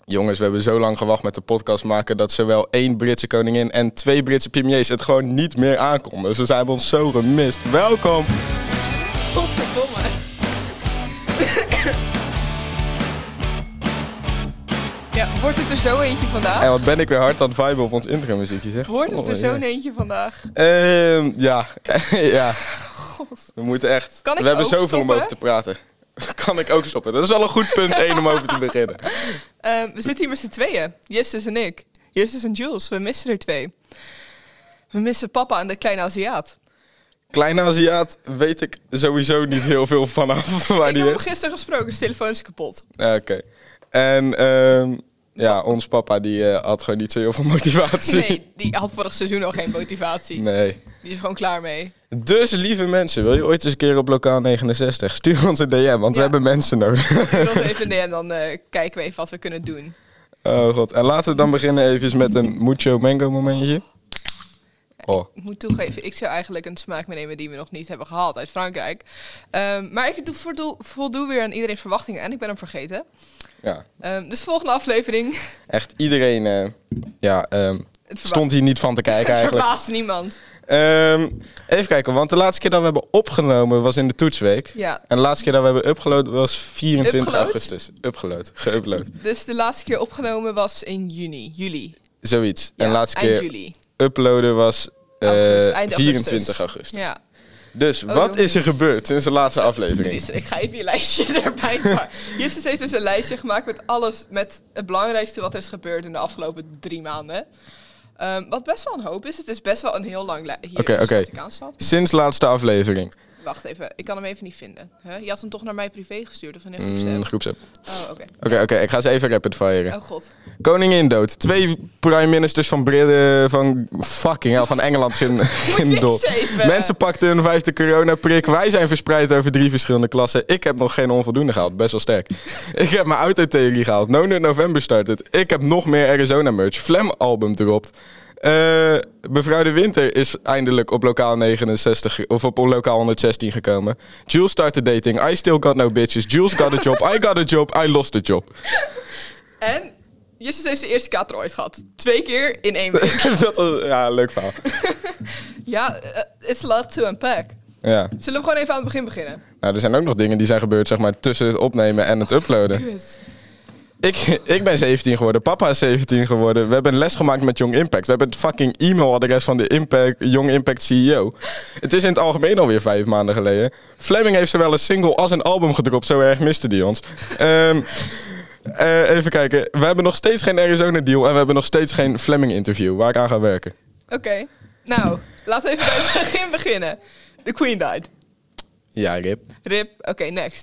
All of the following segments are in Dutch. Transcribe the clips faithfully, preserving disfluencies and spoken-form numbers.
Jongens, we hebben zo lang gewacht met de podcast maken dat zowel één Britse koningin en twee Britse premiers het gewoon niet meer aankonden. Dus ze hebben ons zo gemist. Welkom! Godverdomme. Ja, wordt het er zo eentje vandaag? En wat ben ik weer hard aan het viben op ons intro muziekje, zeg. Wordt het er Oh, zo'n ja. eentje vandaag? Ehm, ja. ja. God. We moeten echt... Kan ik we hebben ook zoveel stoppen? om over te praten. Kan ik ook stoppen? Dat is wel een goed punt één om over te beginnen. Uh, we zitten hier met z'n tweeën. Justus en ik. Justus en Jules. We missen er twee. We missen papa en de kleine Aziat. Kleine Aziat weet ik sowieso niet heel veel vanaf waar Ik die heb is. hem gisteren gesproken. Zijn telefoon is kapot. Oké. Okay. En ehm ja, ons papa die uh, had gewoon niet zo heel veel motivatie. Nee, die had vorig seizoen al geen motivatie. Nee. Die is er gewoon klaar mee. Dus lieve mensen, wil je ooit eens een keer op lokaal negenenzestig? Stuur ons een D M, want Ja. we hebben mensen nodig. Stuur ons even een D M, dan uh, kijken we even wat we kunnen doen. Oh god. En laten we dan beginnen even met een mucho mango momentje. Oh. Ik moet toegeven, ik zou eigenlijk een smaak meenemen die we nog niet hebben gehaald uit Frankrijk. Um, maar ik doe voldoe, voldoe weer aan iedereen's verwachtingen en ik ben hem vergeten. Ja. Um, dus volgende aflevering. Echt iedereen uh, ja, um, stond hier niet van te kijken Het eigenlijk. verbaast niemand. Um, even kijken, want de laatste keer dat we hebben opgenomen was in de toetsweek. Ja. En de laatste keer dat we hebben upgeload was vierentwintig Upgeload? augustus. Upgeload, geüpload. Dus de laatste keer opgenomen was in juni, juli. Zoiets. Ja, en de laatste eind keer juli. uploaden was uh, Augustus, eind vierentwintig augustus. Ja. Dus Oh, wat is er jongens. gebeurd sinds de laatste aflevering? Chris, ik ga even je lijstje erbij pakken. Justus heeft dus een lijstje gemaakt met alles, met het belangrijkste wat er is gebeurd in de afgelopen drie maanden. Um, wat best wel een hoop is. Het is best wel een heel lang lijstje. Oké, oké. Sinds laatste aflevering. Wacht even, ik kan hem even niet vinden. Huh? Je had hem toch naar mij privé gestuurd of een Mm, groepsapp? groepsapp. Oh, oké. Oké, oké. Ik ga ze even rapid firen. Oh god. Koningin dood. Twee prime ministers van Britten, van fucking hell, van Engeland ging, ging ik dood. zeven? Mensen pakten hun vijfde coronaprik. Wij zijn verspreid over drie verschillende klassen. Ik heb nog geen onvoldoende gehaald. Best wel sterk. Ik heb mijn autotheorie gehaald. No Nut November started. Ik heb nog meer Arizona merch. Flam album dropt. Uh, mevrouw De Winter is eindelijk op lokaal negenenzestig of op lokaal honderdzestien gekomen. Jules started dating. I still got no bitches. Jules got a job. I got a job. I lost a job. En Justus heeft zijn eerste kater ooit gehad. Twee keer in één week. Dat was ja, een leuk verhaal. Ja, uh, it's a lot to unpack. Ja. Zullen we gewoon even aan het begin beginnen? Nou, er zijn ook nog dingen die zijn gebeurd, zeg maar, tussen het opnemen en het uploaden. Kut. Ik, ik ben zeventien geworden, papa is zeventien geworden. We hebben een les gemaakt met Young Impact. We hebben het fucking e-mailadres van de Impact, Young Impact C E O. Het is in het algemeen alweer vijf maanden geleden. Fleming heeft zowel een single als een album gedropt, zo erg miste die ons. Um, uh, even kijken, we hebben nog steeds geen Arizona deal en we hebben nog steeds geen Fleming interview, waar ik aan ga werken. Oké, okay. Nou, laten we even bij het begin beginnen. The Queen died. Ja, rip. Rip, oké, okay, next.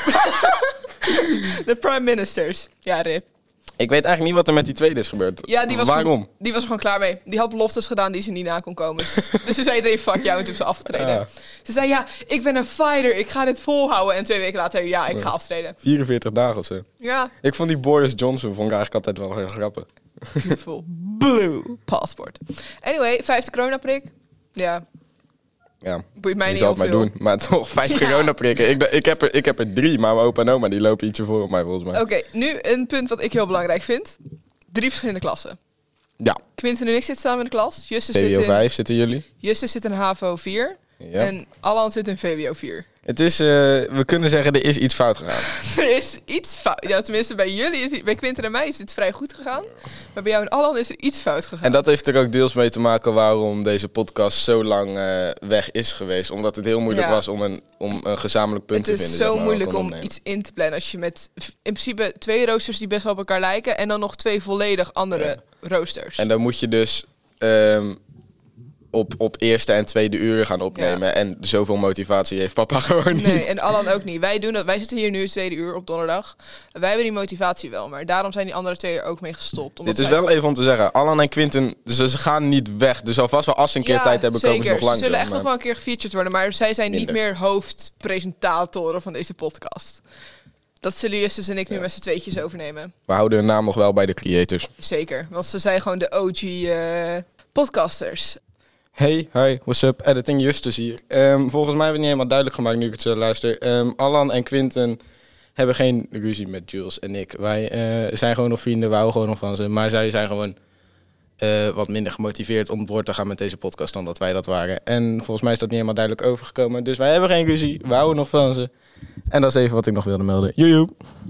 De prime ministers. Ja, rip. Ik weet eigenlijk niet wat er met die tweede is gebeurd. Ja, die was Waarom? Gewoon, die was er gewoon klaar mee. Die had beloftes gedaan die ze niet na kon komen. Dus ze zei iedereen, fuck jou, en toen is ze afgetreden. Ja. Ze zei, ja, ik ben een fighter, ik ga dit volhouden. En twee weken later, ja, ik ga aftreden. vierenveertig dagen of zo. Ja. Ik vond die Boris Johnson vond ik eigenlijk altijd wel heel grappig. Beautiful blue passport. Anyway, vijfde coronaprik. Ja. Ja, boeit mij die niet zal het maar doen. Maar toch, vijf ja. coronaprikken. Ik, ik, heb er, ik heb er drie, maar mijn opa en oma die lopen ietsje voor op mij volgens mij. Oké, okay, nu een punt wat ik heel belangrijk vind. Drie verschillende klassen. Ja. Quinten en ik zitten samen in de klas. Justus V W O zit vijf in, zitten jullie. Justus zit in H V O vier. Ja. En Allan zit in V W O vier. Het is, uh, we kunnen zeggen, er is iets fout gegaan. Er is iets fout. Ja, tenminste bij jullie, is het, bij Quinten en mij is het vrij goed gegaan. Maar bij jou en Allan is er iets fout gegaan. En dat heeft er ook deels mee te maken waarom deze podcast zo lang uh, weg is geweest. Omdat het heel moeilijk ja. was om een, om een gezamenlijk punt het te vinden. Het is zo zeg maar, moeilijk om iets in te plannen. Als je met in principe twee roosters die best wel op elkaar lijken. En dan nog twee volledig andere ja. roosters. En dan moet je dus um, op, op eerste en tweede uren gaan opnemen. Ja. En zoveel motivatie heeft papa gewoon niet. Nee, en Allan ook niet. Wij doen dat. Wij zitten hier nu het tweede uur op donderdag. Wij hebben die motivatie wel, maar daarom zijn die andere twee er ook mee gestopt. Dit is wel even om te zeggen. Allan en Quinten, ze, ze gaan niet weg. Dus alvast wel als ze een keer ja, tijd hebben, zeker. komen ze nog lang. Ze zullen echt nog wel een keer gefeatured worden, maar zij zijn minder. niet meer hoofdpresentatoren van deze podcast. Dat zullen Justus en ik nu ja. met z'n tweetjes overnemen. We houden hun naam nog wel bij de creators. Zeker, want ze zijn gewoon de O G uh, podcasters. Hey, hi, what's up? Editing Justus hier. Um, volgens mij hebben we het niet helemaal duidelijk gemaakt nu ik het zo luister. Um, Allan en Quinten hebben geen ruzie met Jules en ik. Wij uh, zijn gewoon nog vrienden, we houden gewoon nog van ze. Maar zij zijn gewoon uh, wat minder gemotiveerd om door te gaan met deze podcast dan dat wij dat waren. En volgens mij is dat niet helemaal duidelijk overgekomen. Dus wij hebben geen ruzie, we houden nog van ze. En dat is even wat ik nog wilde melden. Joejoe.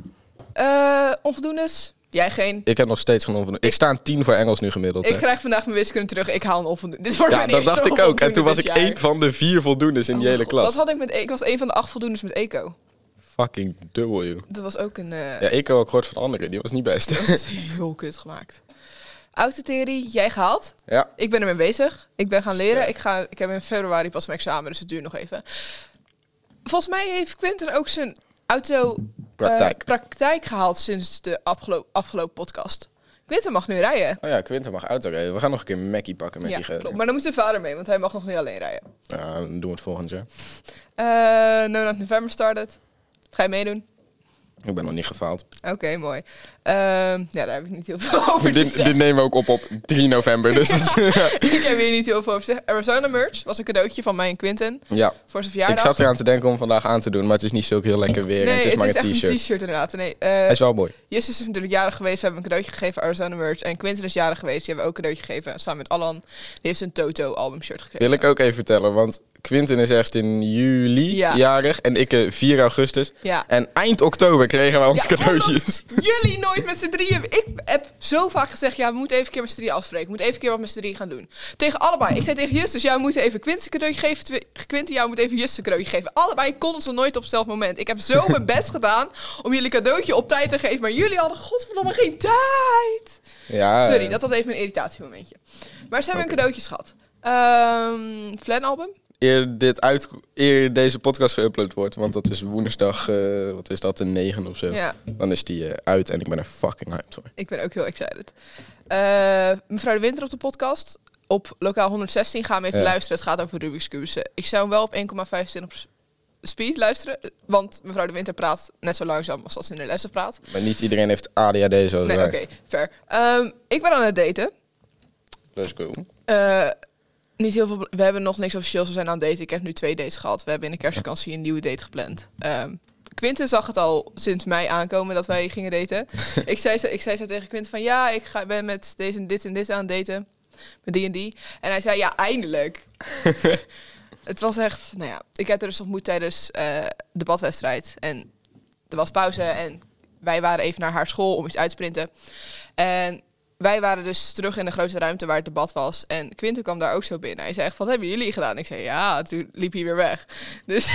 Uh, onvoldoendes? Jij geen? Ik heb nog steeds geen onvoldoende. Ik sta een tien voor Engels nu gemiddeld. Ik hè. krijg vandaag mijn wiskunde terug. Ik haal een onvoldoende. Dit wordt Ja, mijn dat eerste dacht ik ook. En toen was ik onvoldoende dit één van de vier voldoendes in jaar. die hele Oh, klas. Wat had ik met e- Ik was één van de acht voldoendes met eco. Fucking W. Dat was ook een... Uh... Ja, ik heb ook gehoord van anderen. Die was niet best. Dat is heel kut gemaakt. Autotheorie, jij gehaald. Ja. Ik ben ermee bezig. Ik ben gaan leren. Sterk. Ik, ga, ik heb in februari pas mijn examen, dus het duurt nog even. Volgens mij heeft Quinten ook zijn auto Praktijk. Uh, praktijk gehaald sinds de afgelo- afgelopen podcast. Quinten mag nu rijden. Oh ja, Quinten mag auto rijden. We gaan nog een keer een Mackie pakken met Ja, die klopt. Maar dan moet de vader mee, want hij mag nog niet alleen rijden. Ja, dan doen we het volgend jaar. Uh, No Nut November started. Ga je meedoen? Ik ben nog niet gefaald. Oké, okay, mooi. Uh, ja, daar heb ik niet heel veel over te dit, zeggen. dit nemen we ook op op drie november. Dus het, Ik heb hier niet heel veel over te zeggen. Arizona merch was een cadeautje van mij en Quinten. Ja. Voor zijn verjaardag. Ik zat eraan te denken om vandaag aan te doen, maar het is niet zo heel lekker weer. Nee, en het is het maar is een echt t-shirt. een t-shirt inderdaad. Nee, uh, Hij is wel mooi. Justus is natuurlijk jarig geweest. We hebben een cadeautje gegeven, Arizona merch. En Quinten is jarig geweest. Die hebben we ook een cadeautje gegeven. Samen met Alan. Die heeft een Toto album shirt gekregen. Wil ik ook even vertellen, want Quinten is ergens in juli Ja. jarig en ik uh, vier augustus. Ja. En eind oktober kregen wij onze Ja, cadeautjes. Jullie nooit met z'n drieën. Ik heb zo vaak gezegd, ja, we moeten even een keer met z'n drieën afspreken. We moeten even een keer wat met z'n drieën gaan doen. Tegen allebei. Ik zei tegen Justus, ja, we moeten even Quinten een cadeautje geven. Twi- Quinten, ja, we moeten even Justus een cadeautje geven. Allebei konden ze nooit op hetzelfde moment. Ik heb zo mijn best gedaan om jullie een cadeautje op tijd te geven. Maar jullie hadden godverdomme geen tijd. Ja, Sorry, dat was even een irritatiemomentje. Maar ze hebben Oké. een cadeautjes gehad. Um, Flan album. Eer, dit uit, eer deze podcast geüpload wordt, want dat is woensdag, uh, wat is dat, de negen of zo. Ja, Dan is die uh, uit en ik ben er fucking hyped voor. ik ben ook heel excited. Uh, mevrouw de Winter op de podcast. Op lokaal honderdzestien gaan we even Ja. luisteren. Het gaat over Rubik's Cubes. Ik zou hem wel op één komma vijfentwintig speed luisteren. Want mevrouw de Winter praat net zo langzaam als dat ze in de lessen praat. Maar niet iedereen heeft A D H D zoals Nee, wij. oké, fair. Um, ik ben aan het daten. Let's go. Uh, niet heel veel. We hebben nog niks officieels. We zijn aan het daten. Ik heb nu twee dates gehad. We hebben in de kerstvakantie een nieuwe date gepland. Um, Quinten zag het al sinds mei aankomen dat wij gingen daten. ik, zei, ik zei zo tegen Quinten van ja, ik ga, ben met deze en dit en dit aan het daten. Met die en die. En hij zei ja, eindelijk. Het was echt, nou ja, ik heb er dus ontmoet tijdens uh, de badwedstrijd. En er was pauze en wij waren even naar haar school om iets uit te printen. En wij waren dus terug in de grote ruimte waar het debat was. En Quinten kwam daar ook zo binnen. Hij zei echt, wat hebben jullie gedaan? Ik zei, ja, toen liep hij weer weg. Dus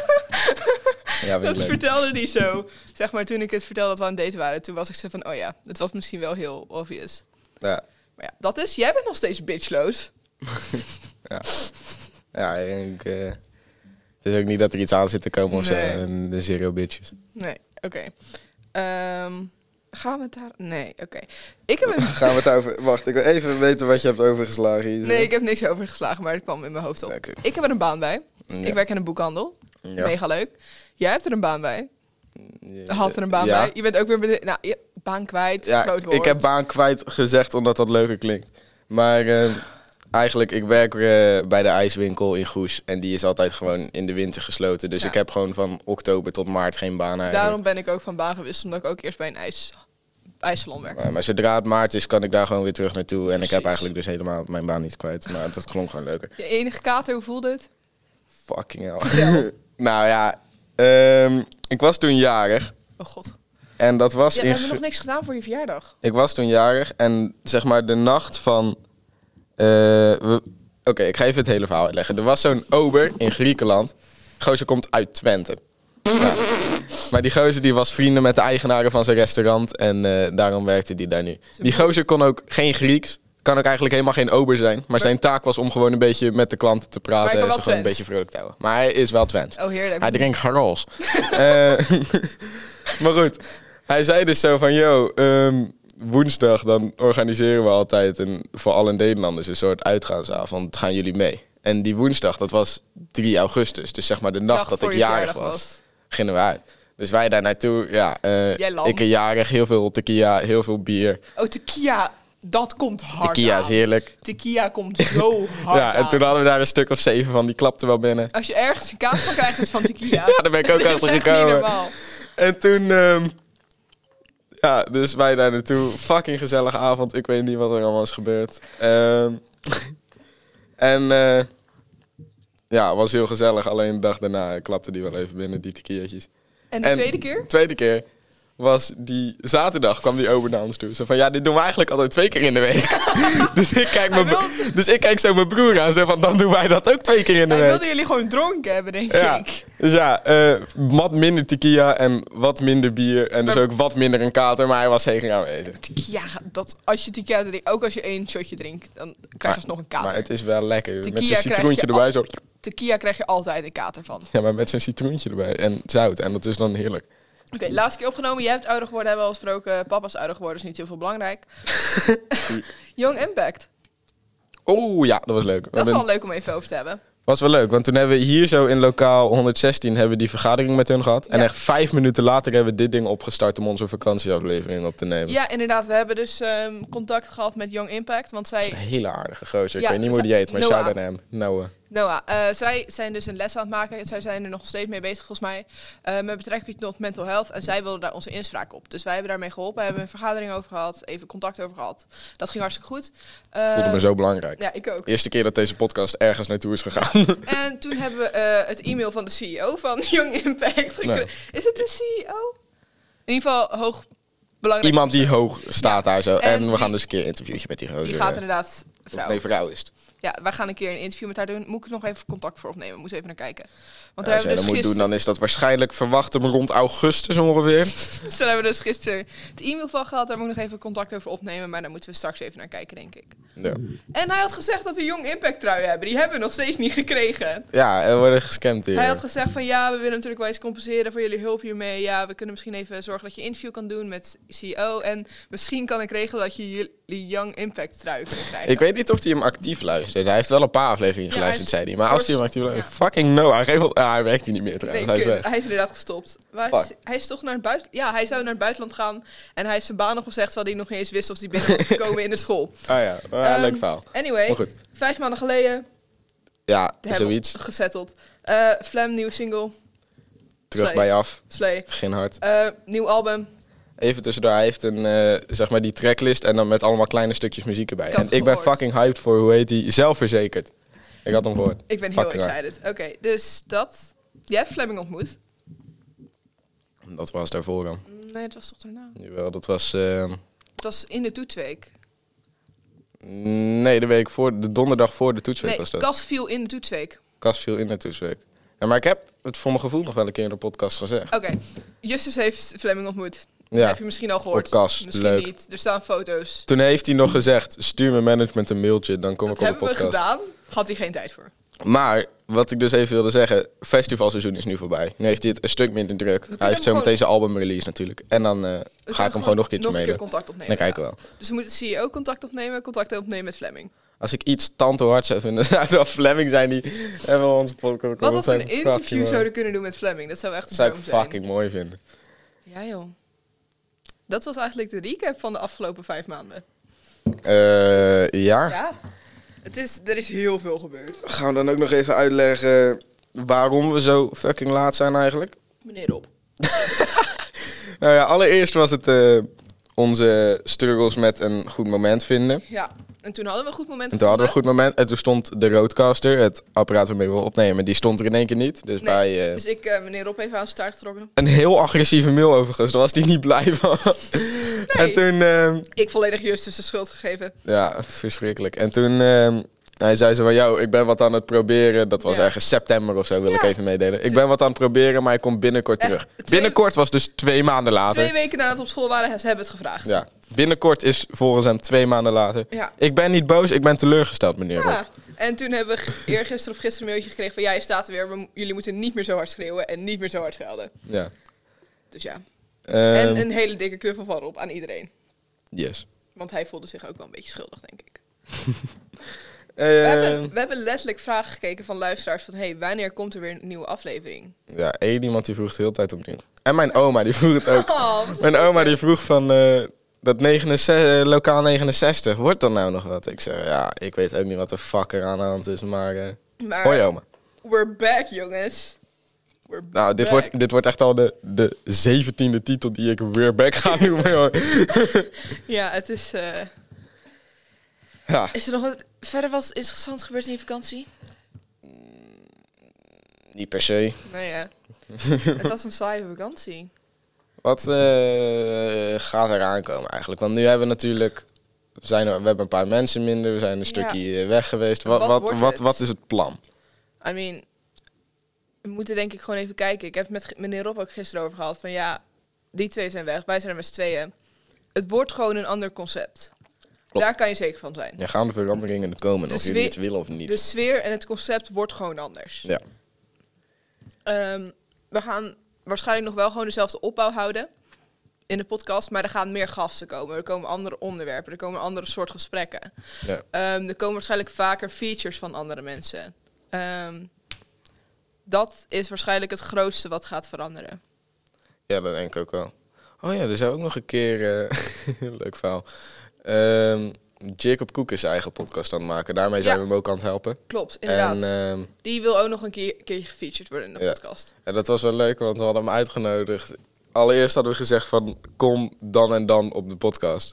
Ja, dat leuk. vertelde hij zo. Zeg maar, toen ik het vertelde dat we aan het daten waren, toen was ik zo van, oh ja, het was misschien wel heel obvious. Ja. Maar ja, dat is, jij bent nog steeds bitchloos. Ja. Ja, ik, uh, het is ook niet dat er iets aan zit te komen of Nee. zo. En de zero bitches. Nee, oké. Okay. Um, gaan we het daar... Nee, oké. Okay. Ik heb een... Gaan we het over... Wacht, ik wil even weten wat je hebt overgeslagen hier. Nee, ik heb niks overgeslagen, maar het kwam in mijn hoofd op. Okay. Ik heb er een baan bij. Ja. Ik werk in een boekhandel. Ja. Mega leuk. Jij hebt er een baan bij. Ja. Had er een baan Ja. bij. Je bent ook weer... Bij de, nou, je, baan kwijt, Ja, groot woord. ik heb baan kwijt gezegd omdat dat leuker klinkt. Maar uh, eigenlijk, ik werk uh, bij de ijswinkel in Goes. En die is altijd gewoon in de winter gesloten. Dus Ja. ik heb gewoon van oktober tot maart geen baan eigenlijk. Daarom ben ik ook van baan gewisseld, omdat ik ook eerst bij een ijs, ijssalon werk. Maar, maar zodra het maart is, kan ik daar gewoon weer terug naartoe. En ik Precies. heb eigenlijk dus helemaal mijn baan niet kwijt. Maar dat klonk gewoon leuker. Je enige kater, hoe voelde het? Fucking hell. Vertel. Nou ja, um, ik was toen jarig. Oh god. En dat was Ja, we in... hebben nog niks gedaan voor je verjaardag. Ik was toen jarig en zeg maar de nacht van... Uh, we... Oké, okay, ik ga even het hele verhaal uitleggen. Er was zo'n ober in Griekenland. Gozer komt uit Twente. Nou, maar die gozer die was vrienden met de eigenaren van zijn restaurant. En uh, daarom werkte die daar nu. Die gozer kon ook geen Grieks. Kan ook eigenlijk helemaal geen ober zijn. Maar zijn taak was om gewoon een beetje met de klanten te Maar hij praten. kan En wel ze gewoon een Twents. beetje vrolijk te houden. Maar hij is wel Twents. Oh, heerlijk. Hij drinkt garols. uh, maar goed, hij zei dus zo van... Yo, um, woensdag dan organiseren we altijd een, voor alle Nederlanders een soort uitgaansavond. Gaan jullie mee? En die woensdag, dat was drie augustus. Dus zeg maar de nacht Dag dat voor ik je jarig verjaardag was, was. gingen we uit. Dus wij daar naartoe, ja, uh, Jij lam. ik een jarig, heel veel tequila, heel veel bier. Oh, tequila, dat komt hard Tequila is aan. heerlijk. Tequila komt zo hard Ja, en aan. toen hadden we daar een stuk of zeven van, die klapten wel binnen. Als je ergens een kaart van krijgt, is het van tequila. Ja, daar ben ik ook Het is achter echt gekomen. niet normaal. En toen... Um, ja, dus wij daar naartoe. Fucking gezellige avond. Ik weet niet wat er allemaal is gebeurd. Um, en... Uh, ja, het was heel gezellig. Alleen de dag daarna klapte die wel even binnen, die tequiertjes. En de en tweede keer? De tweede keer was die zaterdag kwam die ober naar ons toe. Zo van, ja, dit doen we eigenlijk altijd twee keer in de week. dus, ik kijk mijn bro- dus ik kijk zo mijn broer aan. Zo van, dan doen wij dat ook twee keer in de Hij week. wilde jullie gewoon dronken hebben, denk ja. ik. Dus ja, uh, wat minder tequila en wat minder bier. En dus maar, ook wat minder een kater, maar hij was zeker aanwezig. Ja, dat, als je tequila drinkt, ook als je één shotje drinkt, dan krijg je nog een kater. Maar het is wel lekker. Tequila met zo'n citroentje erbij. Al- zo. Tequila krijg je altijd een kater van. Ja, maar met zo'n citroentje erbij. En zout. En dat is dan heerlijk. Oké, okay, laatste keer opgenomen. Jij hebt ouder geworden, hebben we al gesproken. Papa is ouder geworden, is niet heel veel belangrijk. Young Impact. Oeh, ja, dat was leuk. Dat is wel leuk om even over te hebben. Was wel leuk, want toen hebben we hier zo in lokaal honderdzestien hebben we die vergadering met hun gehad. Ja. En echt vijf minuten later hebben we dit ding opgestart om onze vakantieaflevering op te nemen. Ja, inderdaad. We hebben dus um, contact gehad met Young Impact, want zij... Dat is een hele aardige gozer. Ja, ik weet niet hoe die heet, maar Noah. shout out naar hem. Noah. Noah, uh, zij zijn dus een les aan het maken. Zij zijn er nog steeds mee bezig, volgens mij. Uh, met betrekking tot mental health. En zij wilden daar onze inspraak op. Dus wij hebben daarmee geholpen. We hebben een vergadering over gehad. Even contact over gehad. Dat ging hartstikke goed. Uh, voelde me zo belangrijk. Ja, ik ook. De eerste keer dat deze podcast ergens naartoe is gegaan. En toen hebben we uh, het e-mail van de C E O van Young Impact gekregen. Nee. Is het de C E O? In ieder geval hoog belangrijk. Iemand die hoog staat ja. daar zo. En, en we die, gaan dus een keer een interviewtje met die gozer. Die gaat inderdaad... Vrouw. Nee, vrouw is het. Ja, wij gaan een keer een interview met haar doen. Moet ik nog even contact voor opnemen? Moet even naar kijken. Want ja, als jij dus dat gisteren... moet doen, dan is dat waarschijnlijk verwachten rond augustus ongeveer. Dus daar hebben we dus gisteren het e-mail van gehad. Daar moet ik nog even contact over opnemen. Maar daar moeten we straks even naar kijken, denk ik. Ja. En hij had gezegd dat we Young Impact truien hebben. Die hebben we nog steeds niet gekregen. Ja, er worden gescamd hier. Hij had gezegd van ja, we willen natuurlijk wel eens compenseren voor jullie hulp hiermee. Ja, we kunnen misschien even zorgen dat je een interview kan doen met C E O. En misschien kan ik regelen dat je jullie Young Impact trui kunt krijgen. Ik weet niet of hij hem actief luistert. Hij heeft wel een paar afleveringen ja, geluisterd, zei hij. Maar als hij hem actief luistert... Ja. Fucking no. Hij, geeft wel, ah, hij werkt hier niet meer trouwens. Nee, hij, is weg. hij is inderdaad gestopt. Maar hij is, hij is toch naar het buitenland... Ja, hij zou naar het buitenland gaan. En hij heeft zijn baan opgezegd, terwijl hij nog niet eens wist of hij binnen was gekomen in de school. Ah ja, ah, um, leuk verhaal. Anyway, goed. vijf maanden geleden... Ja, zoiets. Gezetteld. Uh, Flam, nieuwe single. Terug Slay. bij je af. Slay. Geen hard. Uh, nieuw album. Even tussendoor, hij heeft een, uh, zeg maar die tracklist en dan met allemaal kleine stukjes muziek erbij. Ik en ik ben fucking hyped voor, hoe heet die, Zelfverzekerd. Ik had hem gehoord. Ik ben fucking heel excited. Oké, okay, dus dat. Jij hebt Fleming ontmoet. Dat was daarvoor dan. Nee, het was toch daarna? Jawel, dat was... Uh... Het was in de toetsweek. Nee, de week voor, de donderdag voor de toetsweek nee, was dat. Kas viel in de toetsweek. Kas viel in de toetsweek. Ja, maar ik heb het voor mijn gevoel nog wel een keer in de podcast gezegd. Oké, okay. Justus heeft Fleming ontmoet. Ja. Dat heb je misschien al gehoord. Op Kas, misschien leuk. niet. Er staan foto's. Toen heeft hij nog gezegd, stuur mijn management een mailtje, dan kom dat ik op de podcast. Dat hebben we gedaan, had hij geen tijd voor. Maar, wat ik dus even wilde zeggen, festivalseizoen is nu voorbij. Nu heeft hij het een stuk minder druk. Hij heeft zo meteen zijn album release natuurlijk. En dan uh, ga ik hem gewoon nog een keertje mailen. Nog een keer contact opnemen. Dan kijken we wel. Dus we moeten C E O contact opnemen, contact opnemen met Fleming. Als ik iets tante hard zou vinden, zou het wel Fleming zijn die hebben onze podcast. Wat als we een interview zouden kunnen doen met Fleming? Dat zou echt een zou droom ik zijn. fucking mooi vinden. Ja joh. Dat was eigenlijk de recap van de afgelopen vijf maanden. Uh, ja. Ja. Het is, er is heel veel gebeurd. Gaan we dan ook nog even uitleggen waarom we zo fucking laat zijn eigenlijk? Meneer Rob. Nou ja, allereerst was het uh, onze struggles met een goed moment vinden. Ja, en toen hadden we een goed moment. En toen hadden we een goed moment. En toen stond de Rodecaster, het apparaat waarmee we opnemen, die stond er in één keer niet. Dus, nee, wij, uh, dus ik uh, meneer Rob even aan zijn staart getrokken. Een heel agressieve mail overigens, daar was hij niet blij van. Nee. En toen... Uh, ik volledig Justus de schuld gegeven. Ja, verschrikkelijk. En toen... Uh, hij zei zo van, jou, ik ben wat aan het proberen. Dat was ja. ergens september of zo, wil ja. ik even meedelen. Ik ben wat aan het proberen, maar ik kom binnenkort Echt, terug. Twee, binnenkort was dus twee maanden later. Twee weken nadat we op school waren, ze hebben het gevraagd. Ja. Binnenkort is volgens hem twee maanden later. Ja. Ik ben niet boos, ik ben teleurgesteld, meneer. Ja. En toen hebben we eergisteren of gisteren een mailtje gekregen van... jij staat er weer, we, jullie moeten niet meer zo hard schreeuwen en niet meer zo hard schelden. Ja. Dus ja. Um, en een hele dikke knuffel van Rob aan iedereen. Yes. Want hij voelde zich ook wel een beetje schuldig, denk ik. Uh, we, hebben, we hebben letterlijk vragen gekeken van luisteraars van... hey, wanneer komt er weer een nieuwe aflevering? Ja, één iemand die vroeg het de hele tijd opnieuw. En mijn oma, die vroeg het ook. Oh, mijn oma die vroeg van... Uh, dat negenenzestig, uh, lokaal negenenzestig, wordt dan nou nog wat? Ik zeg, ja, ik weet ook niet wat de fuck er aan de hand is, maar... Uh, maar hoi oma. We're back, jongens. We're Nou, dit back. wordt, dit wordt echt al de, de zeventiende titel die ik weer back ga noemen. Joh. Ja, het is... Uh... Ja. Is er nog wat... Verder wat interessants gebeurd in je vakantie? Niet per se. Nee, ja. Het was een saaie vakantie. Wat uh, gaat er aankomen eigenlijk? Want nu hebben we natuurlijk... We, zijn er, we hebben een paar mensen minder. We zijn een stukje ja. weg geweest. Wat, wat, wat, wat, wat, wat is het plan? I mean... We moeten denk ik gewoon even kijken. Ik heb het met meneer Rob ook gisteren over gehad. Van ja, die twee zijn weg. Wij zijn er met z'n tweeën. Het wordt gewoon een ander concept. Klopt. Daar kan je zeker van zijn. Ja, gaan de veranderingen komen, de of sfeer, jullie het willen of niet. De sfeer en het concept wordt gewoon anders. Ja. Um, we gaan waarschijnlijk nog wel gewoon dezelfde opbouw houden in de podcast, maar er gaan meer gasten komen. Er komen andere onderwerpen, er komen andere soort gesprekken. Ja. Um, er komen waarschijnlijk vaker features van andere mensen. Um, dat is waarschijnlijk het grootste wat gaat veranderen. Ja, dat denk ik ook wel. Oh ja, er zou ook nog een keer... Uh, leuk verhaal. Um, Jacob Cook is zijn eigen podcast aan het maken. Daarmee zijn ja. we hem ook aan het helpen. Klopt, inderdaad. En, uh, die wil ook nog een keer, keertje gefeatured worden in de ja. podcast. En dat was wel leuk, want we hadden hem uitgenodigd. Allereerst hadden we gezegd van... kom dan en dan op de podcast.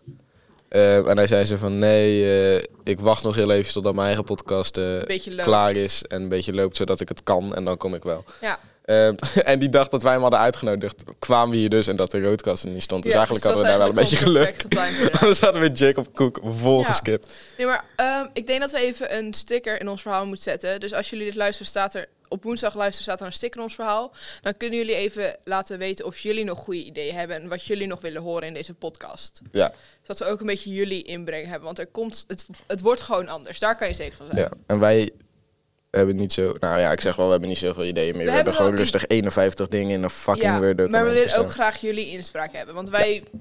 Uh, en hij zei zo van... nee, uh, ik wacht nog heel even totdat mijn eigen podcast uh, klaar is. En een beetje loopt, zodat ik het kan. En dan kom ik wel. Ja. Uh, en die dag dat wij hem hadden uitgenodigd, kwamen we hier dus en dat de roodkast er niet stond. Dus ja, eigenlijk dus hadden we daar wel een beetje geluk. Anders hadden we Jacob Cook volgeskipt. Ja. Nee, maar um, ik denk dat we even een sticker in ons verhaal moeten zetten. Dus als jullie dit luisteren, staat er op woensdag luisteren, staat er een sticker in ons verhaal. Dan kunnen jullie even laten weten of jullie nog goede ideeën hebben en wat jullie nog willen horen in deze podcast. Ja. Zodat we ook een beetje jullie inbreng hebben. Want er komt, het, het wordt gewoon anders. Daar kan je zeker van zijn. Ja, en wij... We hebben niet zo... Nou ja, ik zeg wel, we hebben niet zoveel ideeën meer. We, we hebben gewoon rustig die... eenenvijftig dingen in een fucking ja, Word maar we willen staan. Ook graag jullie inspraak hebben. Want wij ja.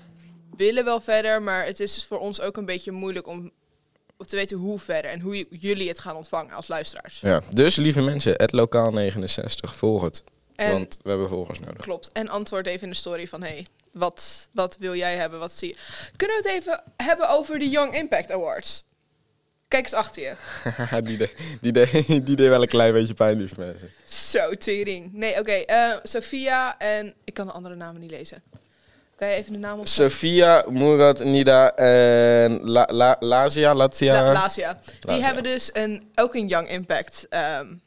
willen wel verder, maar het is voor ons ook een beetje moeilijk om te weten hoe verder. En hoe jullie het gaan ontvangen als luisteraars. Ja, dus lieve mensen, het lokaal negenenzestig, volg het. En, want we hebben volgers nodig. Klopt. En antwoord even in de story van... Hey, wat, wat wil jij hebben? Wat zie je? Kunnen we het even hebben over de Young Impact Awards? Kijk eens achter je. die, de, die, de, die deed wel een klein beetje pijn, lieve mensen. Zo, tering. Nee, oké. Okay, uh, Sophia en... Ik kan de andere namen niet lezen. Kan je even de naam opschrijven? Sophia, Murat, Nida en La, La, Lazia, Lazia. La, Lazia. Die Lazia. hebben dus een, ook een Young Impact um,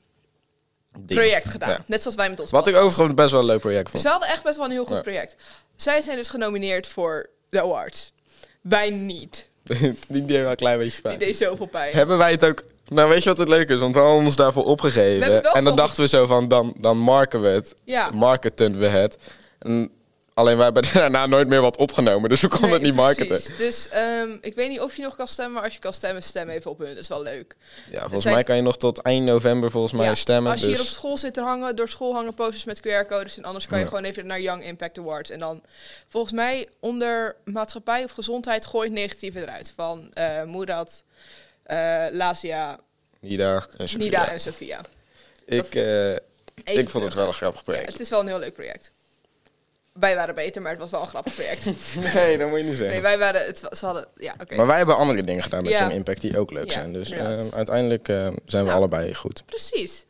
project gedaan. Ja. Net zoals wij met ons. Wat podcast. Ik overigens best wel een leuk project vond. Ze hadden echt best wel een heel goed ja. project. Zij zijn dus genomineerd voor de awards. Wij niet. Die deed wel een klein beetje pijn. Die deed zoveel pijn. Hebben wij het ook... Nou, weet je wat het leuk is? Want we hadden ons daarvoor opgegeven. En dan dachten we zo van, dan, dan marken we het. Ja. Marketen we het. En alleen wij hebben daarna nooit meer wat opgenomen. Dus we konden nee, het niet precies. marketen. Dus um, ik weet niet of je nog kan stemmen. Maar als je kan stemmen, stem even op hun. Dat is wel leuk. Ja, volgens zijn... mij kan je nog tot eind november volgens mij ja, stemmen. Als je dus... hier op school zit te hangen, door school hangen posters met Q R-codes. En anders kan je ja. gewoon even naar Young Impact Awards. En dan volgens mij onder maatschappij of gezondheid gooi je het negatieve eruit. Van uh, Murat, uh, Lazia, Nida en Sophia. Nida en Sophia. Ik, uh, ik vond het wel een grappig project. Ja, het is wel een heel leuk project. Wij waren beter, maar het was wel een grappig project. Nee, dat moet je niet zeggen. Nee, wij waren... Het, ze hadden, ja, okay. Maar wij hebben andere dingen gedaan met ja. Young Impact die ook leuk ja, zijn. Dus uh, uiteindelijk uh, zijn we ja. allebei goed. Precies.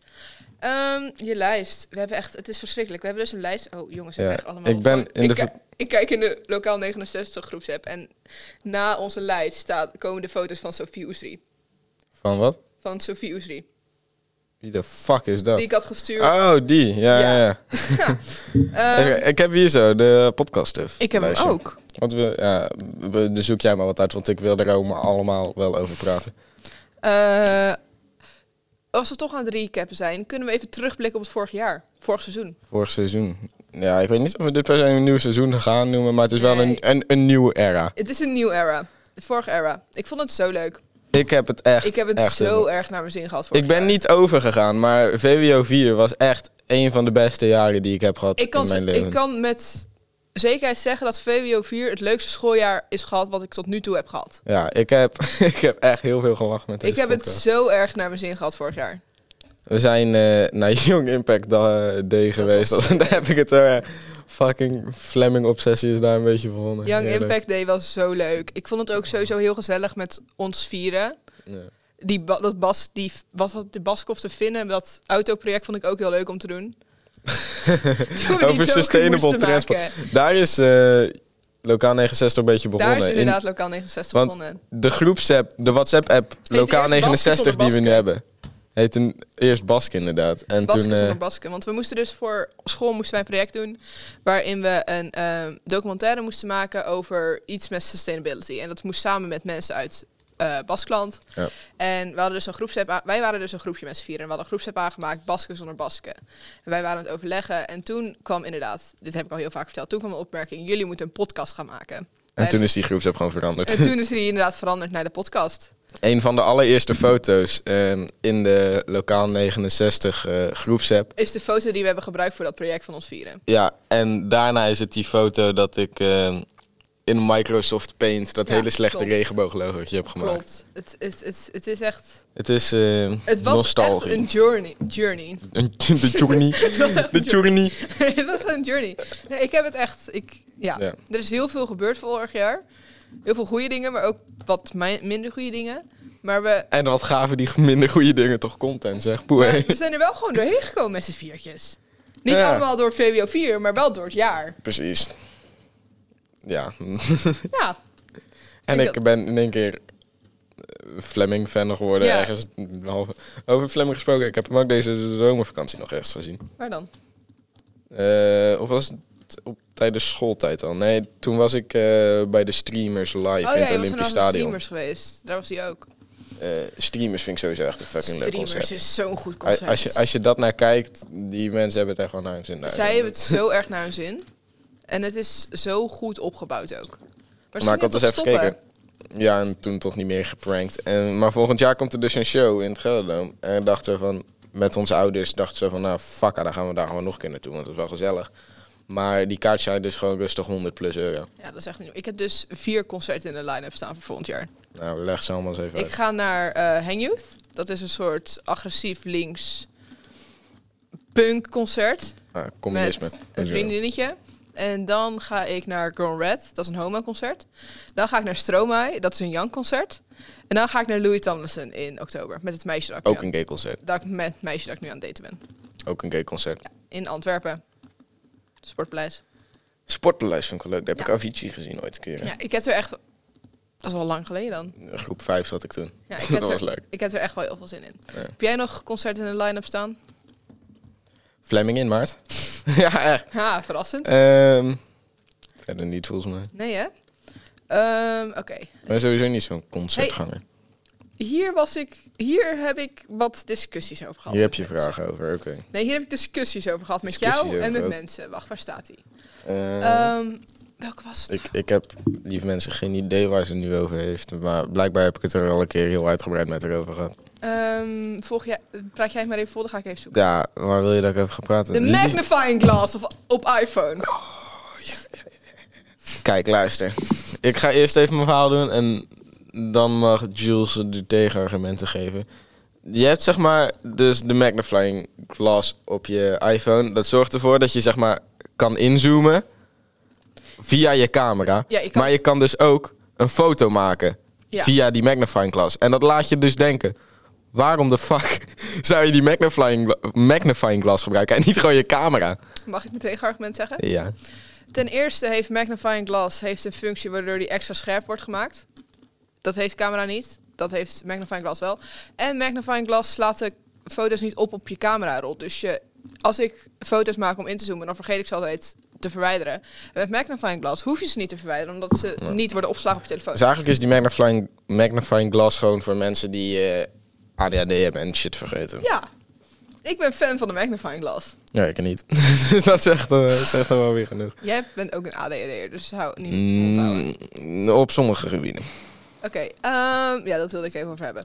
Um, je lijst. We hebben echt... Het is verschrikkelijk. We hebben dus een lijst... Oh, jongens, we ja. hebben echt allemaal... Ik, ben in ik, de ki- ik kijk in de lokaal negenenzestig groepsapp. En na onze lijst staat, komen de foto's van Sophie Oesri. Van wat? Van Sophie Oesri. Wie de fuck is dat? Die ik had gestuurd. Oh, die. Ja, ja. ja. ja. um, ik, ik heb hier zo de podcast stuff. Ik heb lijstje. hem ook. Want we, ja, we, dus zoek jij maar wat uit, want ik wil er ook maar allemaal wel over praten. Uh, als we toch aan het recappen zijn, kunnen we even terugblikken op het vorig jaar. Vorig seizoen. Vorig seizoen. Ja, ik weet niet of we dit per se een nieuw seizoen gaan noemen, maar het is nee. wel een, een, een nieuwe era. Het is een nieuwe era. De vorige era. Ik vond het zo leuk. Ik heb het echt... Ik heb het echt zo erg naar mijn zin gehad. Ik ben jaar. niet overgegaan, maar V W O vier was echt een van de beste jaren die ik heb gehad ik kan, in mijn leven. Ik kan met zekerheid zeggen dat V W O vier het leukste schooljaar is gehad wat ik tot nu toe heb gehad. Ja, ik heb, ik heb echt heel veel gelachen met deze Ik heb podcast. het zo erg naar mijn zin gehad vorig jaar. We zijn uh, naar Young Impact Day geweest. Dat daar heb ik het uh, fucking Fleming obsessie is daar een beetje begonnen. Young Heel Impact leuk. Day was zo leuk. Ik vond het ook sowieso heel gezellig met ons vieren. Ja. Die ba- dat Bas, die wat had de Baskov te vinden, dat autoproject vond ik ook heel leuk om te doen. Over sustainable transport. Daar is uh, Lokaal negenenzestig een beetje begonnen. Daar is inderdaad in, Lokaal negenenzestig want begonnen. De groepsapp, de WhatsApp-app Lokaal negenenzestig die we nu hebben, heet een, eerst Baske inderdaad. En Baske toen, zonder uh, Baske. Want we moesten dus voor school moesten wij een project doen waarin we een uh, documentaire moesten maken over iets met sustainability. En dat moest samen met mensen uit uh, Baskland. Ja. En we hadden dus een groepsapp. Wij waren dus een groepje met z'n vieren. En we hadden een groepsapp aangemaakt, Baske zonder Baske. En wij waren aan het overleggen. En toen kwam inderdaad, dit heb ik al heel vaak verteld, toen kwam een opmerking: jullie moeten een podcast gaan maken. En wij toen is die groepsapp gewoon veranderd. En toen is die inderdaad veranderd naar de podcast. Een van de allereerste foto's uh, in de Lokaal negenenzestig uh, groepsapp is de foto die we hebben gebruikt voor dat project van ons vieren. Ja, en daarna is het die foto dat ik uh, in Microsoft Paint dat ja, hele slechte regenbooglogootje heb gemaakt. Klopt. Het, het, het, het is echt... Het is uh, het was nostalgie. Echt een journey. journey. Een, de journey. De journey. Het was een journey. Nee, ik heb het echt... Ik, ja. ja. Er is heel veel gebeurd vorig jaar. Heel veel goede dingen, maar ook wat minder goede dingen. Maar we... En wat gaven die minder goede dingen toch content, zeg. Poeh. We zijn er wel gewoon doorheen gekomen met z'n viertjes. Niet ja. allemaal door V W O vier, maar wel door het jaar. Precies. Ja. Ja. En ik, ik ben in één keer Fleming-fan geworden. Ja. Ergens. Over Fleming gesproken, ik heb hem ook deze zomervakantie nog ergens gezien. Waar dan? Uh, of was het op tijdens schooltijd al? Nee, toen was ik uh, bij de Streamers live oh, in het ja, Olympisch Stadion. Streamers geweest. Daar was hij ook. Uh, streamers vind ik sowieso echt een fucking leuk concept. Streamers is zo'n goed concept. Als je, als je dat naar kijkt, die mensen hebben het echt wel naar hun zin. Daar. Zij hebben het zo erg naar hun zin. En het is zo goed opgebouwd ook. Maar, maar ik had dus even gekeken. Ja, en toen toch niet meer geprankt. En, maar volgend jaar komt er dus een show in het Gelderdoom. En dachten we van, met onze ouders dachten ze van, nou fuck, dan gaan we daar gewoon nog een keer naartoe. Want dat is wel gezellig. Maar die kaartjes zijn dus gewoon rustig honderd plus euro. Ja, dat is echt niet. Ik heb dus vier concerten in de line-up staan voor volgend jaar. Nou, leg ze allemaal eens even ik uit. Ik ga naar uh, Hang Youth. Dat is een soort agressief links punk concert. Ah, communisme. Met een vriendinnetje. En dan ga ik naar Grown Red. Dat is een homo-concert. Dan ga ik naar Stromae. Dat is een young-concert. En dan ga ik naar Louis Tomlinson in oktober. Met het meisje dat ik Ook nu een gay concert. Dat ik met het meisje dat ik nu aan het daten ben. Ook een gay concert. Ja, in Antwerpen. Sportpaleis. Sportpaleis vind ik wel leuk. Daar heb ja. ik Avicii gezien ooit een keer. Hè? Ja, ik heb er echt... Dat is wel lang geleden dan. Groep vijf zat ik toen. Ja, ik dat er, was leuk. Ik heb er echt wel heel veel zin in. Ja. Heb jij nog concerten in de line-up staan? Fleming in maart. Ja, echt. Ha, verrassend. Um, verder niet volgens mij. Nee, hè? Um, Oké. Okay. Ik ben sowieso niet zo'n concertganger. Hey. Hier was ik, hier heb ik wat discussies over gehad. Hier heb je vragen over, oké. Okay. Nee, hier heb ik discussies over gehad met discussies jou en met gehad. mensen. Wacht, waar staat hij? Uh, um, welke was het? Ik, ik heb, lieve mensen, geen idee waar ze het nu over heeft. Maar blijkbaar heb ik het er al een keer heel uitgebreid met haar over gehad. Um, volg jij, praat jij het maar even vol, dan ga ik even zoeken. Ja, waar wil je dat ik over ga praten? De magnifying glass of, op iPhone. Oh, ja, ja, ja. Kijk, luister. Ik ga eerst even mijn verhaal doen en... dan mag Jules de tegenargumenten geven. Je hebt zeg maar dus de magnifying glass op je iPhone. Dat zorgt ervoor dat je zeg maar kan inzoomen via je camera. Ja, je kan... Maar je kan dus ook een foto maken ja. via die magnifying glass. En dat laat je dus denken... waarom de fuck zou je die magnifying, magnifying glass gebruiken en niet gewoon je camera? Mag ik mijn tegenargument zeggen? Ja. Ten eerste heeft magnifying glass heeft een functie waardoor die extra scherp wordt gemaakt. Dat heeft camera niet. Dat heeft magnifying glass wel. En magnifying glass slaat de foto's niet op op je camerarol. Dus je, als ik foto's maak om in te zoomen, dan vergeet ik ze altijd te verwijderen. En met magnifying glass hoef je ze niet te verwijderen, omdat ze ja. niet worden opgeslagen op je telefoon. Dus eigenlijk is die magnifying, magnifying glass gewoon voor mensen die uh, A D H D hebben en shit vergeten. Ja. Ik ben fan van de magnifying glass. Ja, ik niet. dat is echt, uh, dat is echt wel weer genoeg. Jij bent ook een A D H D'er, dus hou niet onthouden. Mm, op sommige gebieden. Oké, okay, um, ja, dat wilde ik even over hebben.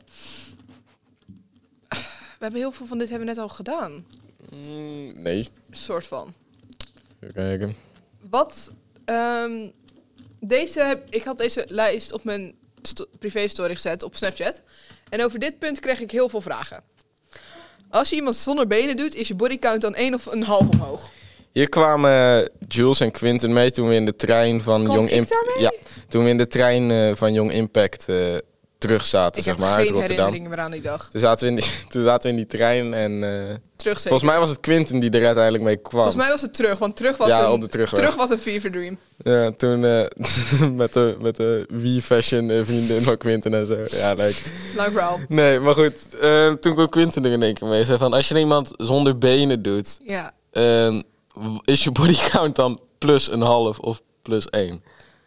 We hebben heel veel van dit hebben we net al gedaan. Mm, nee. Soort van. Even kijken. Wat, um, deze heb, ik had deze lijst op mijn sto- privé-story gezet op Snapchat. En over dit punt kreeg ik heel veel vragen. Als je iemand zonder benen doet, is je bodycount dan één of een half omhoog? Hier kwamen Jules en Quinten mee toen we in de trein van Kom Young Impact. Ja, toen we in de trein uh, van Young Impact uh, terug zaten, ik zeg heb maar, geen uit Rotterdam. herinneringen meer aan die dag. Toen zaten we in die, toen zaten we in die trein en uh, terug zeker. Volgens mij was het Quinten die er uiteindelijk mee kwam. Volgens mij was het terug, want terug was ja, een, op de terugweg. terug was een fever dream. Ja, toen uh, met de, met de Wii Fashion uh, vriendin van Quinten en zo. Ja, leuk. Lang verhaal. Nee, maar goed. Uh, toen kwam Quinten er in één keer mee. Zei van, als je iemand zonder benen doet... Ja. Uh, is je bodycount dan plus een half of plus één?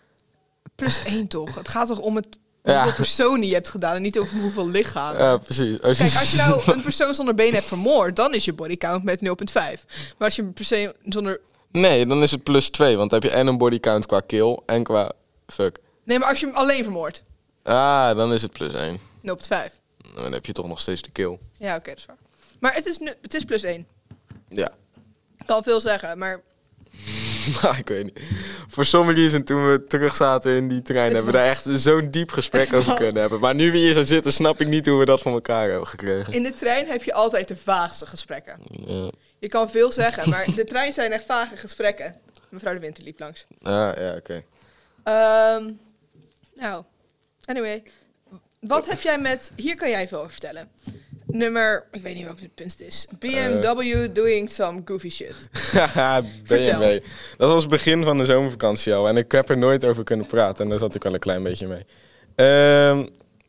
Plus één toch? Het gaat toch om het hoeveel ja. personen je hebt gedaan en niet over hoeveel lichamen. Ja, precies. Als je... Kijk, als je nou een persoon zonder benen hebt vermoord, dan is je bodycount met nul komma vijf. Maar als je een persoon zonder... Nee, dan is het plus twee, want dan heb je en een bodycount qua kill en qua fuck. Nee, maar als je hem alleen vermoordt. Ah, dan is het plus één. nul komma vijf. Dan heb je toch nog steeds de kill. Ja, oké, okay, dat is waar. Maar het is, nu, het is plus één. Ja. Ik kan veel zeggen, maar... Nou, ik weet niet. Voor some reason, toen we terug zaten in die trein, hebben we daar echt zo'n diep gesprek over kunnen hebben. Maar nu we hier zo zitten, snap ik niet hoe we dat van elkaar hebben gekregen. In de trein heb je altijd de vaagste gesprekken. Ja. Je kan veel zeggen, maar de trein zijn echt vage gesprekken. Mevrouw de Winter liep langs. Ah, ja, oké. Okay. Um, nou, anyway. Wat heb jij met... Hier kan jij veel over vertellen. Nummer... Ik weet niet welke het punt is. B M W uh. doing some goofy shit. Haha, B M W. Dat was het begin van de zomervakantie al. En ik heb er nooit over kunnen praten. En daar zat ik wel een klein beetje mee. Um,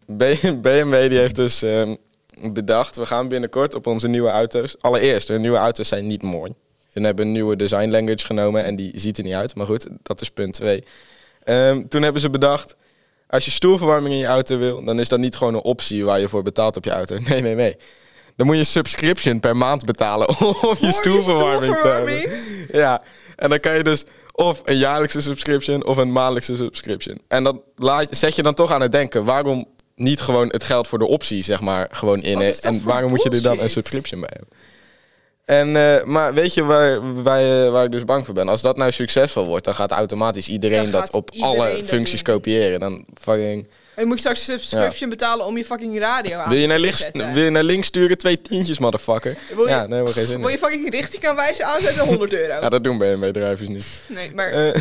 B M W die heeft dus um, bedacht... We gaan binnenkort op onze nieuwe auto's... Allereerst, hun nieuwe auto's zijn niet mooi. Hun hebben een nieuwe design language genomen. En die ziet er niet uit. Maar goed, dat is punt twee. Um, toen hebben ze bedacht... Als je stoelverwarming in je auto wil, dan is dat niet gewoon een optie waar je voor betaalt op je auto. Nee, nee, nee. Dan moet je een subscription per maand betalen om je stoelverwarming te hebben. Ja, en dan kan je dus of een jaarlijkse subscription of een maandelijkse subscription. En dat laat, zet je dan toch aan het denken, waarom niet gewoon het geld voor de optie, zeg maar, gewoon in is. En waarom moet je er dan een subscription bij hebben? En, uh, maar weet je waar, waar, waar ik dus bang voor ben? Als dat nou succesvol wordt, dan gaat automatisch iedereen dat op iedereen alle dat functies doen. Kopiëren. Dan fucking... En moet je straks een subscription ja. betalen om je fucking radio aan wil je te naar links, zetten. Wil je naar links sturen? Twee tientjes, motherfucker. Wil je, ja, nee, we geen zin wil je fucking richtingaanwijzer aanzetten? honderd euro. Ja, dat doen B M W-bedrijven niet. Nee, maar... Uh,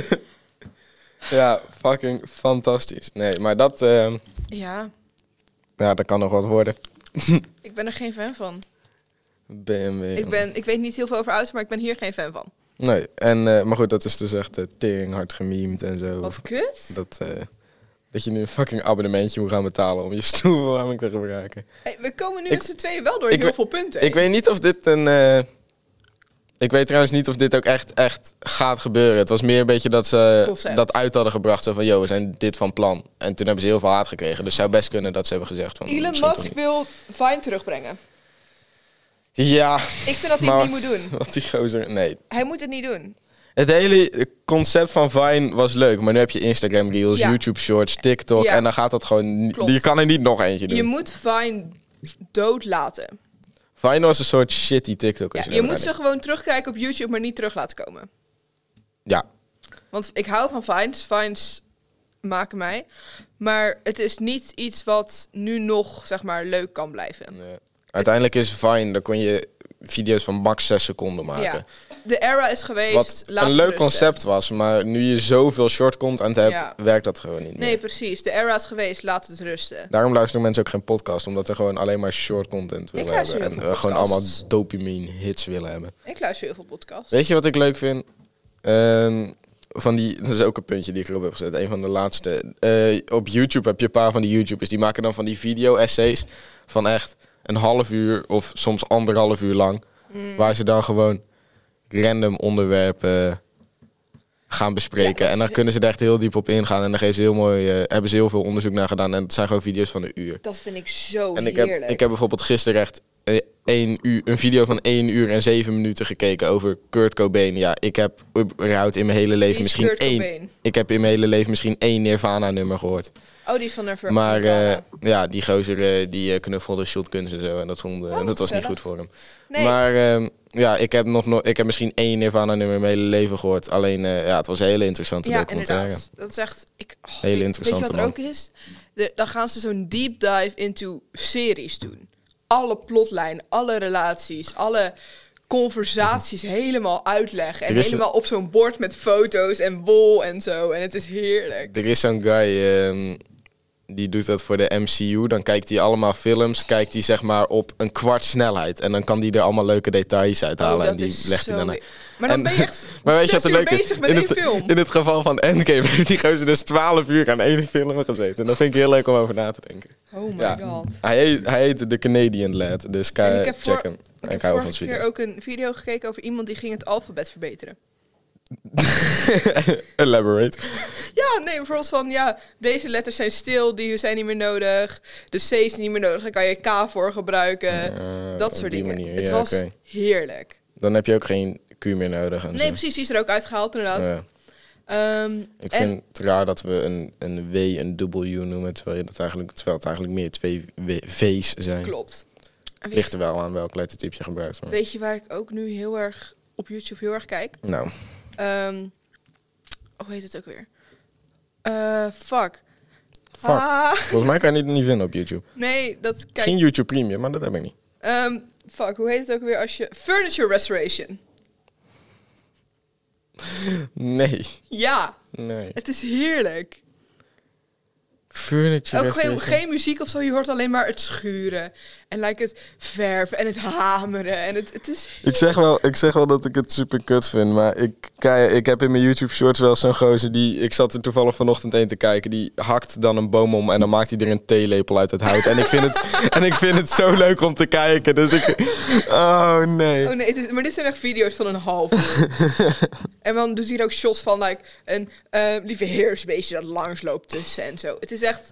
ja, fucking fantastisch. Nee, maar dat... Uh, ja. Ja, dat kan nog wat worden. Ik ben er geen fan van. B M W. Ik, ben, ik weet niet heel veel over auto's, maar ik ben hier geen fan van. Nee, en, uh, maar goed, dat is dus echt uh, tering hard gememd en zo. Wat kut. Dat, uh, dat je nu een fucking abonnementje moet gaan betalen om je stoelverwarming te gebruiken. Hey, we komen nu ik, met z'n tweeën wel door heel we, veel punten. Ik weet niet of dit een... Uh, ik weet trouwens niet of dit ook echt, echt gaat gebeuren. Het was meer een beetje dat ze Concept. dat uit hadden gebracht. Zo van, yo, we zijn dit van plan. En toen hebben ze heel veel haat gekregen. Dus het zou best kunnen dat ze hebben gezegd van... Elon Musk wil Vine terugbrengen. Ja. Ik vind dat hij het niet moet doen. Wat die gozer... Nee. Hij moet het niet doen. Het hele concept van Vine was leuk. Maar nu heb je Instagram Reels, ja. YouTube Shorts, TikTok. Ja. En dan gaat dat gewoon... Klopt. Je kan er niet nog eentje doen. Je moet Vine dood laten. Vine was een soort shitty TikTok. Ja, je moet ze gewoon terugkijken op YouTube, maar niet terug laten komen. Ja. Want ik hou van Vines. Vines maken mij. Maar het is niet iets wat nu nog, zeg maar, leuk kan blijven. Nee. Uiteindelijk is Vine, daar kon je video's van max zes seconden maken. Ja. De era is geweest. Wat een leuk rusten. concept was, maar nu je zoveel short content hebt, ja. werkt dat gewoon niet meer. Nee, precies. De era is geweest, laat het rusten. Daarom luisteren mensen ook geen podcast, omdat ze gewoon alleen maar short content willen hebben. En uh, gewoon allemaal dopamine hits willen hebben. Ik luister heel veel podcasts. Weet je wat ik leuk vind? Uh, van die, dat is ook een puntje die ik erop heb gezet. Een van de laatste. Uh, op YouTube heb je een paar van die YouTubers. Die maken dan van die video-essays van echt een half uur of soms anderhalf uur lang. Mm. Waar ze dan gewoon random onderwerpen gaan bespreken. Ja, en dan kunnen ze er echt heel diep op ingaan. En dan geven ze heel mooi, uh, hebben ze heel veel onderzoek naar gedaan. En het zijn gewoon video's van een uur. Dat vind ik zo en ik heerlijk. Heb, ik heb bijvoorbeeld gisteren echt uh, één uur, een video van één uur en zeven minuten gekeken over Kurt Cobain. Ja, ik heb überhaupt in mijn hele leven misschien Kurt één... Cobain? Ik heb in mijn hele leven misschien één Nirvana-nummer gehoord. Oh, die van Nirvana. Maar uh, ja, die gozer uh, die uh, knuffelde shotguns en zo. En dat, vond, uh, oh, dat was niet goed voor hem. Nee. Maar uh, ja, ik heb, nog, nog, ik heb misschien één Nirvana-nummer in mijn hele leven gehoord. Alleen, uh, ja, het was een hele interessante ja, documentaire. Inderdaad. Dat is echt... Ik, oh, hele interessante weet je wat er ook is? De, dan gaan ze zo'n deep dive into series doen. Alle plotlijnen, alle relaties, alle conversaties helemaal uitleggen. En helemaal een... op zo'n bord met foto's en wol en zo. En het is heerlijk. Er is zo'n guy... Um, die doet dat voor de M C U. Dan kijkt hij allemaal films, kijkt hij zeg maar op een kwart snelheid. En dan kan die er allemaal leuke details uithalen. Oh, en die legt hij dan we- Maar dan En- ben je echt Maar weet je wat zes er uur leuk is? bezig met In één het, film. in het geval van Endgame heeft die gozer dus twaalf uur aan één film gezeten. En dat vind ik heel leuk om over na te denken. Oh my Ja. god. Hij heet, hij heet The Canadian Lad, dus En ka- ik heb voor- check hem. Ik Ik heb hou van vorige keer video's. ook een video gekeken over iemand die ging het alfabet verbeteren. Elaborate. Ja, nee, bijvoorbeeld van, ja, deze letters zijn stil, die zijn niet meer nodig. De C is niet meer nodig, daar kan je K voor gebruiken. Eh, dat op soort die dingen. manier, Het ja, was oké. heerlijk. Dan heb je ook geen Q meer nodig. En Nee, zo. precies, die is er ook uitgehaald inderdaad. Ja. Ehm, Ik en- vind het raar dat we een, een W een W noemen, terwijl, je dat eigenlijk, terwijl het eigenlijk meer twee w- V's zijn. Klopt. En weet, Ligt er wel aan welk lettertype je gebruikt. Maar. weet je waar ik ook nu heel erg op YouTube heel erg kijk? Nou, Ehm hoe heet het ook weer? Eh, fuck. fuck. Ah, Volgens mij kan je het niet vinden op YouTube. nee, dat kijk. Geen YouTube Premium, maar dat heb ik niet. Ehm, fuck, hoe heet het ook weer als je... Furniture restoration. Nee. Ja, Nee. het is heerlijk. Furniture Ook geen, restoration. geen muziek of zo, je hoort alleen maar het schuren. En like het verven en het hameren. En het, het is... Ik zeg, wel, ik zeg wel dat ik het super kut vind, maar ik, kei- ik heb in mijn YouTube shorts wel zo'n gozer die... Ik zat er toevallig vanochtend een te kijken, die hakt dan een boom om en dan maakt hij er een theelepel uit het hout. En ik vind het, en ik vind het zo leuk om te kijken, dus ik... Oh nee. Oh nee, het is, maar dit zijn echt video's van een half uur. En dan doet hij er ook shots van like, een eh, lieve heersbeestje dat langsloopt tussen en zo. Het is echt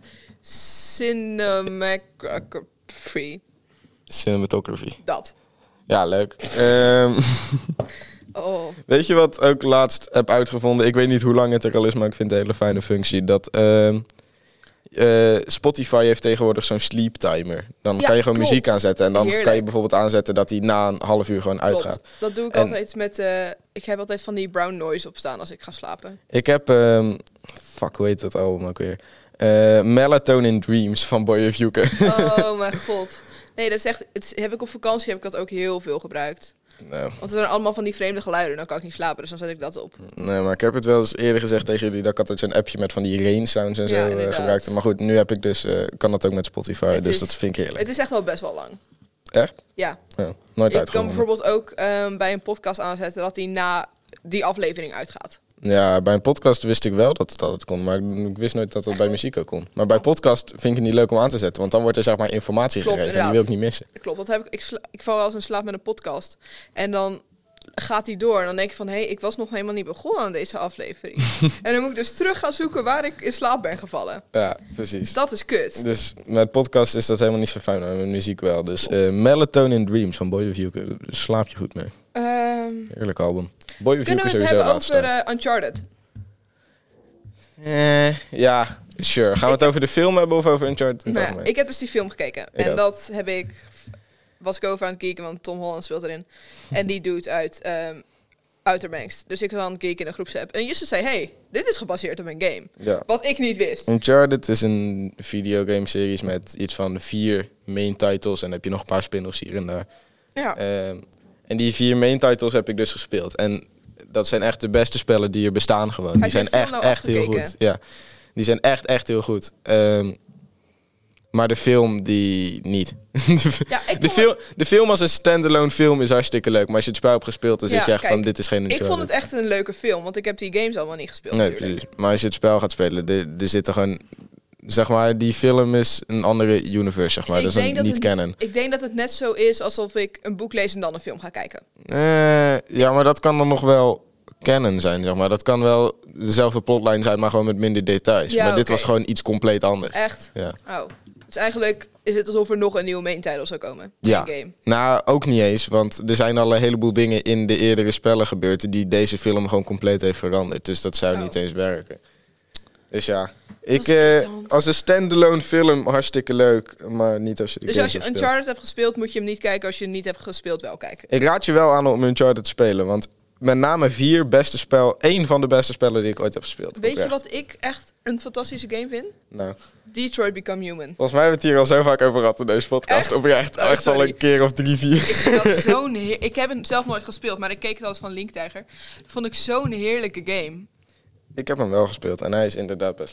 cinematography. Cinematography. Dat. Ja, leuk. Ehm, Oh. weet je wat ook laatst heb uitgevonden? Ik weet niet hoe lang het er al is, maar ik vind het een hele fijne functie. Dat ehm, eh, Spotify heeft tegenwoordig zo'n sleep timer. Dan Ja, kan je gewoon klopt. muziek aanzetten. En dan kan je Heerlijk. bijvoorbeeld aanzetten dat hij na een half uur gewoon uitgaat. Klopt. Dat doe ik En- altijd met... eh, ik heb altijd van die brown noise op staan als ik ga slapen. Ik heb... ehm, fuck, hoe heet dat album ook weer? Eh, Melatonin Dreams van Boy of Yuke. Oh mijn god. Nee, dat is echt... Het heb ik op vakantie heb ik dat ook heel veel gebruikt. nee, Want er zijn allemaal van die vreemde geluiden. Dan kan ik niet slapen, dus dan zet ik dat op. nee, maar ik heb het wel eens eerder gezegd tegen jullie... dat ik altijd zo'n appje met van die rain sounds en zo Ja, eh, inderdaad. gebruikte. Maar goed, nu heb ik dus... eh, kan dat ook met Spotify, Het dus is- dat vind ik heerlijk. Het is echt wel best wel lang. Echt? Ja. Ja, nooit Je kan uitgevonden. bijvoorbeeld ook ehm, bij een podcast aanzetten dat hij na die aflevering uitgaat. Ja, bij een podcast wist ik wel dat het altijd kon, maar ik wist nooit dat dat bij muziek ook kon. Maar bij podcast vind ik het niet leuk om aan te zetten, want dan wordt er zeg maar informatie Klopt, gegeven en die wil ik inderdaad. niet missen. Klopt, dat heb ik. Ik, sla- ik val wel eens in slaap met een podcast. En dan gaat hij door. En dan denk ik van, hé, hey, ik was nog helemaal niet begonnen aan deze aflevering. En dan moet ik dus terug gaan zoeken waar ik in slaap ben gevallen. Ja, precies. Dat is kut. Dus met podcast is dat helemaal niet zo fijn, maar met muziek wel. Dus Klopt. eh, Melatonin Dreams van Boy of Yuke, daar slaap je goed mee. Ehm, Heerlijk album. Boy of kunnen Yuke we het sowieso hebben laatst over staan. eh, Uncharted? Eh, ja, sure. Gaan we het over de film hebben of over Uncharted in het Nou ja, algemeen? ik heb dus die film gekeken. Ik en ook. dat heb ik... Was ik over aan het geeken, want Tom Holland speelt erin. En die doet uit ehm Outer Banks. Dus ik was aan het geeken in een groepsapp. En Justus zei, hey, dit is gebaseerd op een game. Ja. Wat ik niet wist. Uncharted is een videogame-series met iets van vier main titles en dan heb je nog een paar spin-offs hier en daar. Ja. Ehm, en die vier main titles heb ik dus gespeeld. En dat zijn echt de beste spellen die er bestaan gewoon. Heb Die je zijn de film echt, nou echt heel afgekeken? goed. Ja, die zijn echt, echt heel goed. Ehm, maar de film, die niet. de, Ja, ik de, vond fil- de film als een standalone film is hartstikke leuk. Maar als je het spel hebt gespeeld, dan Ja, zit je echt kijk, van, dit is geen Ik Uncharted. vond het echt een leuke film, want ik heb die games allemaal niet gespeeld. Nee, natuurlijk. precies. Maar als je het spel gaat spelen, er, er zit er gewoon... Zeg maar, die film is een andere universe, zeg maar. Ik dat is denk een, dat niet het- canon. Ik denk dat het net zo is alsof ik een boek lees en dan een film ga kijken. Eh, ja, maar dat kan dan nog wel canon zijn, zeg maar. Dat kan wel dezelfde plotline zijn, maar gewoon met minder details. Ja, maar dit oké. was gewoon iets compleet anders. Echt? Ja. Oh. Dus eigenlijk is het alsof er nog een nieuwe main title zou komen. Ja. In game. Nou, ook niet eens, want er zijn al een heleboel dingen in de eerdere spellen gebeurd die deze film gewoon compleet heeft veranderd. Dus dat zou Oh. niet eens werken. Dus ja, ik, is eh, irritant. als een standalone film hartstikke leuk, maar niet als je de Dus games als je hebt gespeeld. Uncharted hebt gespeeld, moet je hem niet kijken. Als je hem niet hebt gespeeld, wel kijken. Ik raad je wel aan om Uncharted te spelen, want met name vier beste spel, één van de beste spellen die ik ooit heb gespeeld. Weet je Oprecht. wat ik echt een fantastische game vind? Nou, Detroit Become Human. volgens mij hebben we het hier al zo vaak over gehad in deze podcast. Echt? Oprecht, Oh, echt al sorry. een keer of drie, vier. Ik vind dat zo'n heer- Ik heb hem zelf nooit gespeeld, maar ik keek het altijd van Link Tiger. Dat vond ik zo'n heerlijke game. Ik heb hem wel gespeeld en hij is inderdaad best lekker.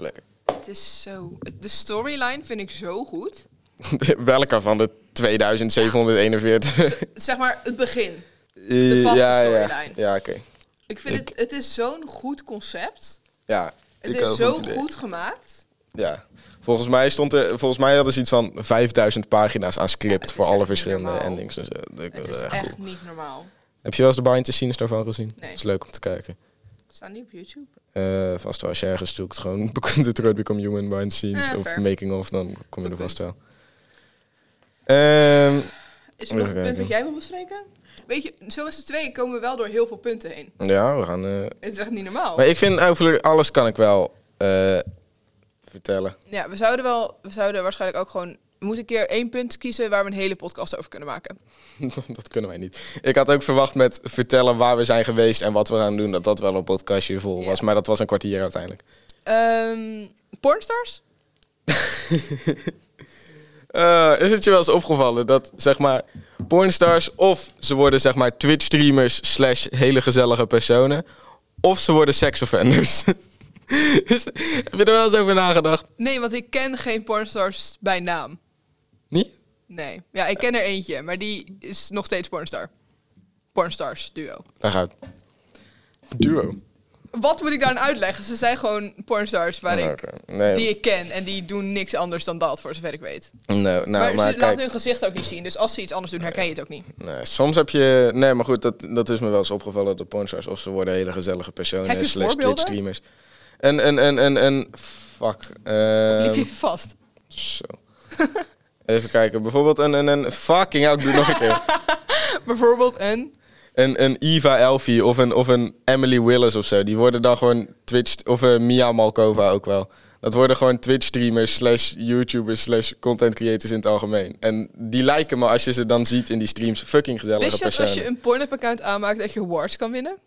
Het is zo... De storyline vind ik zo goed. Welke van de tweeduizend zevenhonderdeenenveertig? Z- zeg maar het begin. De vaste ja, storyline. Ja, ja oké. Okay. Ik vind ik... het... Het is zo'n goed concept. Ja. Het is zo goed gemaakt. Ja. Volgens mij, stond er, volgens mij hadden ze iets van vijfduizend pagina's aan script ja, voor alle verschillende endings. Dus, uh, dat het is echt, echt niet normaal. Heb je wel eens de behind the scenes daarvan gezien? Nee. Het is leuk om te kijken. Staat niet op YouTube? Uh, vast wel, als je ergens zoekt, gewoon Detroit Become Human behind the scenes ja, of fair. Making of, dan kom je er vast wel. Um, is er nog een punt wat jij wil bespreken? Weet je, zo is het twee komen we wel door heel veel punten heen. Ja, we gaan... Uh... Het is echt niet normaal. Maar ik vind over alles kan ik wel uh, vertellen. Ja, we zouden wel, we zouden waarschijnlijk ook gewoon... We moeten een keer één punt kiezen waar we een hele podcast over kunnen maken. Dat kunnen wij niet. Ik had ook verwacht met vertellen waar we zijn geweest en wat we gaan doen, dat dat wel een podcastje vol was. Ja. Maar dat was een kwartier uiteindelijk. Um, pornstars? uh, is het je wel eens opgevallen dat, zeg maar, pornstars of ze worden, zeg maar, Twitch-streamers slash hele gezellige personen, of ze worden seksoffenders. Is, heb je er wel eens over nagedacht? Nee, want ik ken geen pornstars bij naam. Niet? Nee. Ja, ik ken er eentje, maar die is nog steeds pornstar. Pornstars, duo. Daar gaat. Duo? Wat moet ik daar aan uitleggen? Ze zijn gewoon pornstars waar oh, ik, okay. nee. die ik ken. En die doen niks anders dan dat, voor zover ik weet. Nee, nou, maar, maar ze kijk, laten hun gezicht ook niet zien. Dus als ze iets anders doen, herken je het ook niet. Nee, soms heb je... Nee, maar goed, dat, dat is me wel eens opgevallen. De pornstars, of ze worden hele gezellige personen. Heb je slash voorbeelden? Twitch-streamers. En, en, en, en, en... Fuck. Um, Liep je even vast? Zo. Even kijken. Bijvoorbeeld een... een, een fucking hell, ik doe het nog een keer. Bijvoorbeeld een... Een, een Eva Elfie of een, of een Emily Willis of zo. Die worden dan gewoon Twitch... Of uh, Mia Malkova ook wel. Dat worden gewoon Twitch-streamers slash YouTubers slash content creators in het algemeen. En die lijken me, als je ze dan ziet in die streams, fucking gezellige personen. Wist je dat personen. als je een Pornhub-account aanmaakt, dat je awards kan winnen?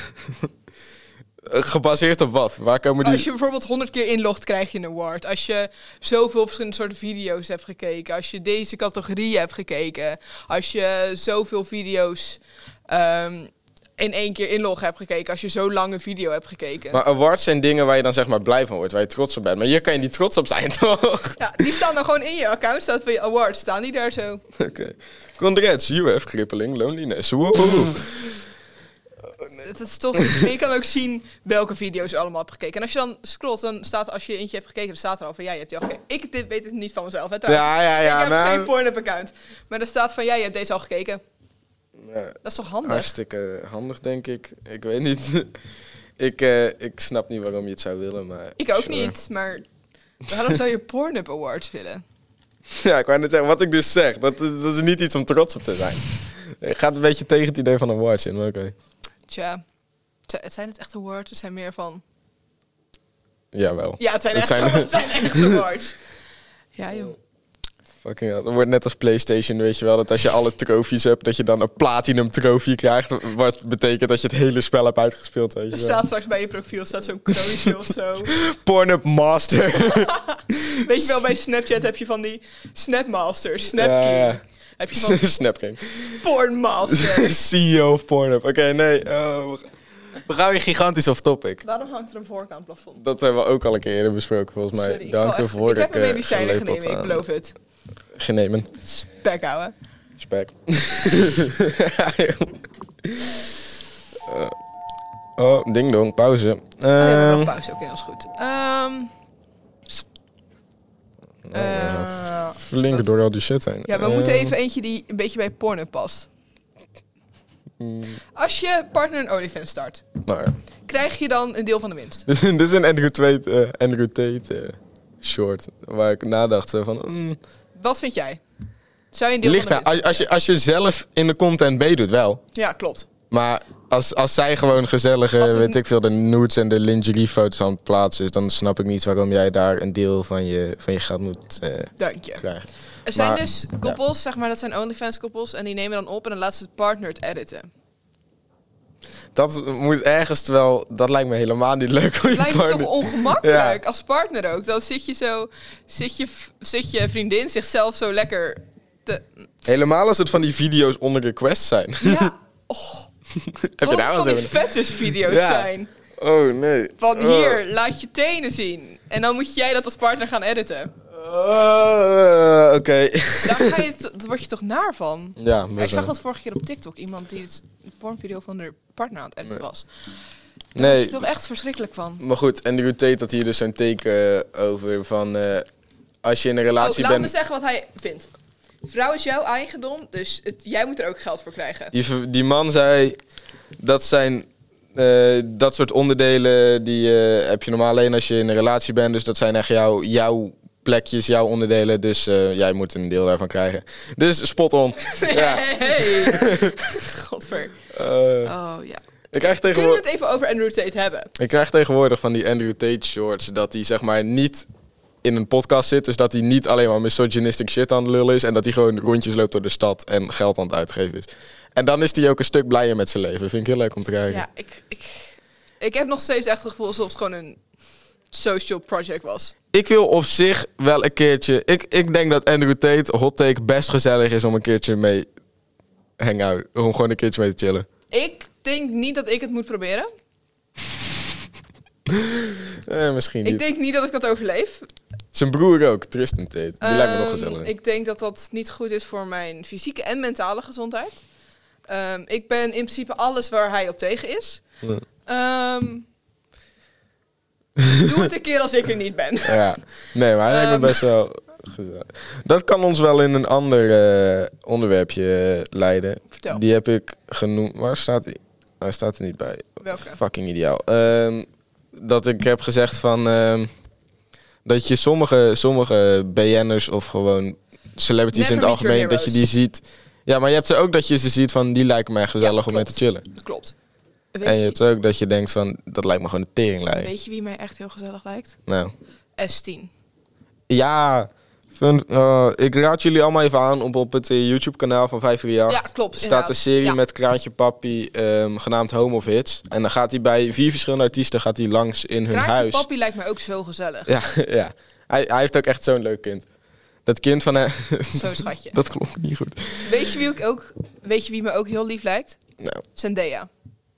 Gebaseerd op wat? Waar komen die... Als je bijvoorbeeld honderd keer inlogt, krijg je een award. Als je zoveel verschillende soorten video's hebt gekeken. Als je deze categorieën hebt gekeken. Als je zoveel video's um, in één keer inloggen hebt gekeken. Als je zo lang een video hebt gekeken. Maar awards zijn dingen waar je dan zeg maar blij van wordt. Waar je trots op bent. Maar hier kan je niet trots op zijn, toch? Ja, die staan dan gewoon in je account. Staat voor je awards. Staan die daar zo. Oké. Okay. Congrats, U F, crippeling, loneliness. Wow. Het is toch, je kan ook zien welke video's je allemaal hebt gekeken. En als je dan scrolt, dan staat als je eentje hebt gekeken, dan staat er al van ja, je hebt die al gekeken. Ik dit weet het niet van mezelf, hè, trouwens. Ja, ja, ja. Ik heb nou... geen Pornhub-account. Maar er staat van ja, je hebt deze al gekeken. Ja, dat is toch handig? Hartstikke handig, denk ik. Ik weet niet. ik, uh, ik snap niet waarom je het zou willen, maar... Ik ook sure. niet, maar waarom zou je Pornhub Awards willen? Ja, ik wou net zeggen, wat ik dus zeg, dat, dat is niet iets om trots op te zijn. Het gaat een beetje tegen het idee van awards in, maar oké. Okay. Tja, het zijn het echt awards? Het zijn meer van... Jawel. Ja, het zijn het echt, zijn... het zijn echt awards. Ja, joh. Fucking hell. Dat wordt net als PlayStation, weet je wel. Dat als je alle trofies hebt, dat je dan een platinum trofee krijgt. Wat betekent dat je het hele spel hebt uitgespeeld, weet je wel. Er staat straks bij je profiel staat zo'n kruisje of zo. Pornhub Master. Weet je wel, bij Snapchat heb je van die Snapmaster, Snapking. Ja. Heb je van... Snapking. Pornmaster. C E O of Pornhub. Oké, okay, nee. Oh, we gaan weer gigantisch off topic. Waarom hangt er een vork aan het plafond? Dat hebben we ook al een keer eerder besproken, volgens mij. Sorry, Daar hangt een vork. Ik heb een medicijnen genomen, ik beloof het. Genemen. Spek, ouwe. Spek. uh, oh, ding dong, pauze. Um, oh, ja, nog pauze, oké, okay, dat is goed. Um, nou, uh, flink wat, door al die shit heen. Ja, we uh, moeten even eentje die een beetje bij Pornhub past. Hmm. Als je partner een OnlyFans start, nou ja. krijg je dan een deel van de winst? Dit is een Andrew Tate, uh, Andrew Tate uh, short, waar ik nadacht zo van... Mm, wat vind jij? Zou je een deel Ligt van de winst als, als, je, als je zelf in de content meedoet, wel. Ja, klopt. Maar als, als zij gewoon gezellige, het... weet ik veel, de nudes en de lingerie-foto's aan het plaatsen is, dan snap ik niet waarom jij daar een deel van je, van je geld moet uh, Dank je. krijgen. Er zijn maar, dus koppels, ja. zeg maar, dat zijn OnlyFans-koppels, en die nemen dan op en dan laten ze het partner het editen. Dat moet ergens wel, dat lijkt me helemaal niet leuk. Het lijkt me toch ongemakkelijk, ja. Als partner ook. Dan zit je zo, zit je, zit je vriendin zichzelf zo lekker te... Helemaal als het van die video's onder request zijn. Ja. Oh. Heb je daar van die fetish video's ja. zijn. Oh nee. Van oh. hier, laat je tenen zien. En dan moet jij dat als partner gaan editen. Uh, Oké. Okay. Daar, ga je, daar word je toch naar van? Ja, ja, ik zag dat vorige keer op TikTok. Iemand die het pornvideo van de partner aan het editen was. Daar nee. word je toch echt verschrikkelijk van. Maar goed, Andrew Tate had hier dus zo'n teken over van... Uh, als je in een relatie oh, bent... Laat me zeggen wat hij vindt. Vrouw is jouw eigendom, dus het, jij moet er ook geld voor krijgen. Die, die man zei... Dat zijn... Uh, dat soort onderdelen die uh, heb je normaal alleen als je in een relatie bent. Dus dat zijn echt jouw, jouw plekjes, jouw onderdelen. Dus uh, jij moet een deel daarvan krijgen. Dus spot on. Ja. Hey. Godver. Uh, oh ja. Ik krijg tegenwoordig... Kunnen we het even over Andrew Tate hebben? Ik krijg tegenwoordig van die Andrew Tate shorts dat hij zeg maar niet in een podcast zit. Dus dat hij niet alleen maar misogynistic shit aan het lullen is. En dat hij gewoon rondjes loopt door de stad en geld aan het uitgeven is. En dan is hij ook een stuk blijer met zijn leven. Vind ik heel leuk om te kijken. Ja, ik, ik, ik heb nog steeds echt het gevoel alsof het gewoon een social project was. Ik wil op zich wel een keertje... Ik, ik denk dat Andrew Tate, hot take, best gezellig is om een keertje mee hangout. Om gewoon een keertje mee te chillen. Ik denk niet dat ik het moet proberen. eh, misschien niet. Ik denk niet dat ik dat overleef. Zijn broer ook, Tristan Tate. Die um, lijkt me nog gezellig. Ik denk dat dat niet goed is voor mijn fysieke en mentale gezondheid. Um, ik ben in principe alles waar hij op tegen is. Ja. Um, doe het een keer als ik er niet ben. Ja, nee, maar hij lijkt um, me best wel gezellig. Dat kan ons wel in een ander uh, onderwerpje uh, leiden. Vertel. Die heb ik genoemd. Waar staat hij? Hij staat er niet bij. Welke? Fucking ideaal. Um, dat ik heb gezegd van... Um, dat je sommige, sommige B N'ers of gewoon celebrities Never in het algemeen... dat je die ziet... Ja, maar je hebt er ook dat je ze ziet van... die lijken mij gezellig ja, om mee te chillen. Dat klopt. Weet en je, je hebt ook dat je denkt van... dat lijkt me gewoon een teringlijn. Weet je wie mij echt heel gezellig lijkt? Nou. S tien. Ja... Fun, uh, ik raad jullie allemaal even aan op, op het uh, YouTube-kanaal van vijf drie acht. Ja, klopt. Er staat een serie ja. met Kraantje Papi, um, genaamd Home of Hits. En dan gaat hij bij vier verschillende artiesten gaat hij langs in hun Kraantje huis. Papi lijkt me ook zo gezellig. Ja, ja. Hij, hij heeft ook echt zo'n leuk kind. Dat kind van hem... Zo'n schatje. Dat klopt niet goed. Weet je wie, ik ook, weet je wie me ook heel lief lijkt? Nou. Zendaya.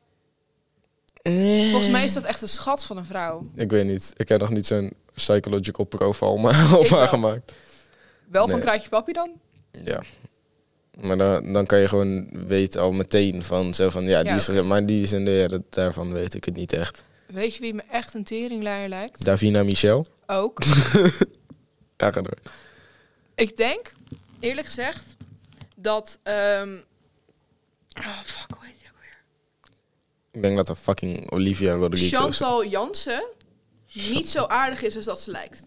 Nee. Volgens mij is dat echt een schat van een vrouw. Ik weet niet. Ik heb nog niet zo'n psychological profile maar op haar gemaakt. Wel van nee. Kraantje Papi dan? Ja. Maar dan, dan kan je gewoon weten al meteen van zo van ja, ja die is er, maar die is in de ja, dat, daarvan weet ik het niet echt. Weet je wie me echt een teringleier lijkt? Davina Michel. Ook. Ja, ga door. Ik denk, eerlijk gezegd, dat um... oh fuck, hoe heet die ook weer? Ik denk dat dat fucking Olivia Rodrigo Chantal Jansen niet zo aardig is als dat ze lijkt.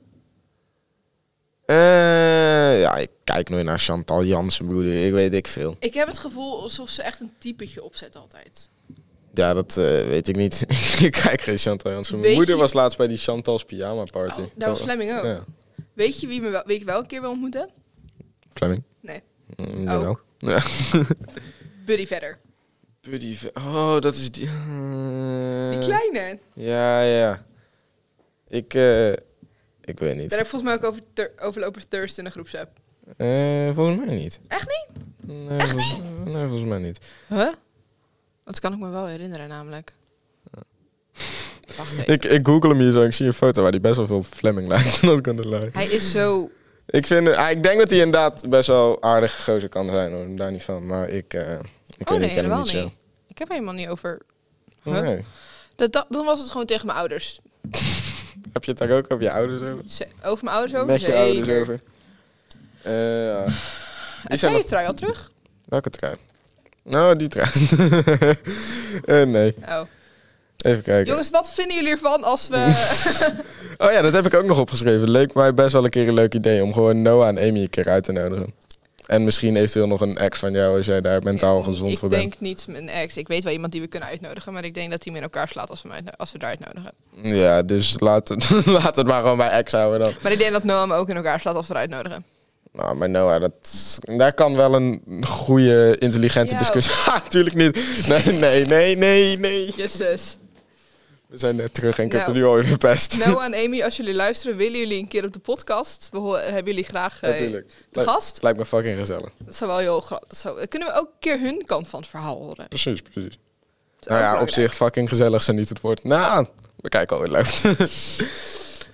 Uh, ja, ik kijk nooit naar Chantal Jansen, broeder. Ik weet ik veel. Ik heb het gevoel alsof ze echt een typetje opzet altijd. Ja, dat uh, weet ik niet. Ik kijk geen Chantal Jansen. Mijn moeder je... was laatst bij die Chantal's pyjama party. Oh, daar was Fleming ook. Ja. Weet je wie, me wel, wie ik wel een keer wil ontmoeten? Fleming? Nee. Mm, ook. Ja. Buddy Vedder. Buddy Vedder. Oh, dat is die... Uh... Die kleine. Ja, ja. Ik... Uh... Ik weet niet. Daar heb ik volgens mij ook over, ter, over lopen thirst in de groepsapp. Uh, volgens mij niet. Echt niet? Nee, Echt volgens, niet? Nee, volgens mij niet. Huh? Dat kan ik me wel herinneren namelijk. Ja. Wacht even. Ik, ik google hem hier zo en ik zie een foto waar hij best wel veel op Fleming lijkt. Dat kan er lijken. Hij is zo... Ik, vind, uh, ik denk dat hij inderdaad best wel aardig gozer kan zijn hoor. Daar niet van. Maar ik, uh, ik oh, weet nee, niet, ik ken hem niet niet. zo. Ik heb helemaal niet over... Huh? Nee. Dat, dat, dan was het gewoon tegen mijn ouders. Heb je het daar ook over je ouders over? Z- over mijn ouders over? Met je Zeker. ouders over. Uh, ja. Heb jij je trui al terug? Welke trui? Nou, die trui. uh, nee. Oh. Even kijken. Jongens, wat vinden jullie ervan als we... Oh ja, dat heb ik ook nog opgeschreven. Leek mij best wel een keer een leuk idee om gewoon Noah en Amy een keer uit te nodigen. En misschien eventueel nog een ex van jou als jij daar mentaal gezond ik voor bent. Ik denk niet mijn ex. Ik weet wel iemand die we kunnen uitnodigen, maar ik denk dat hij me in elkaar slaat als we, mij, als we daar uitnodigen. Ja, dus laat het, laat het maar gewoon bij ex houden dan. Maar ik denk dat Noah me ook in elkaar slaat als we eruit nodigen. Nou, maar Noah, dat, daar kan wel een goede, intelligente ja, discussie... Ha, natuurlijk niet. Nee, nee, nee, nee, nee. Jezus. We zijn net terug en ik nou, heb er nu al even verpest. Noah en Amy, als jullie luisteren, willen jullie een keer op de podcast? We ho- hebben jullie graag uh, Natuurlijk. de gast? Lijkt me fucking gezellig. Dat zou wel heel grappig zijn. Kunnen we ook een keer hun kant van het verhaal horen? Precies, precies. Nou ja, op zich fucking gezellig zijn niet het woord. Nou, we kijken alweer loopt.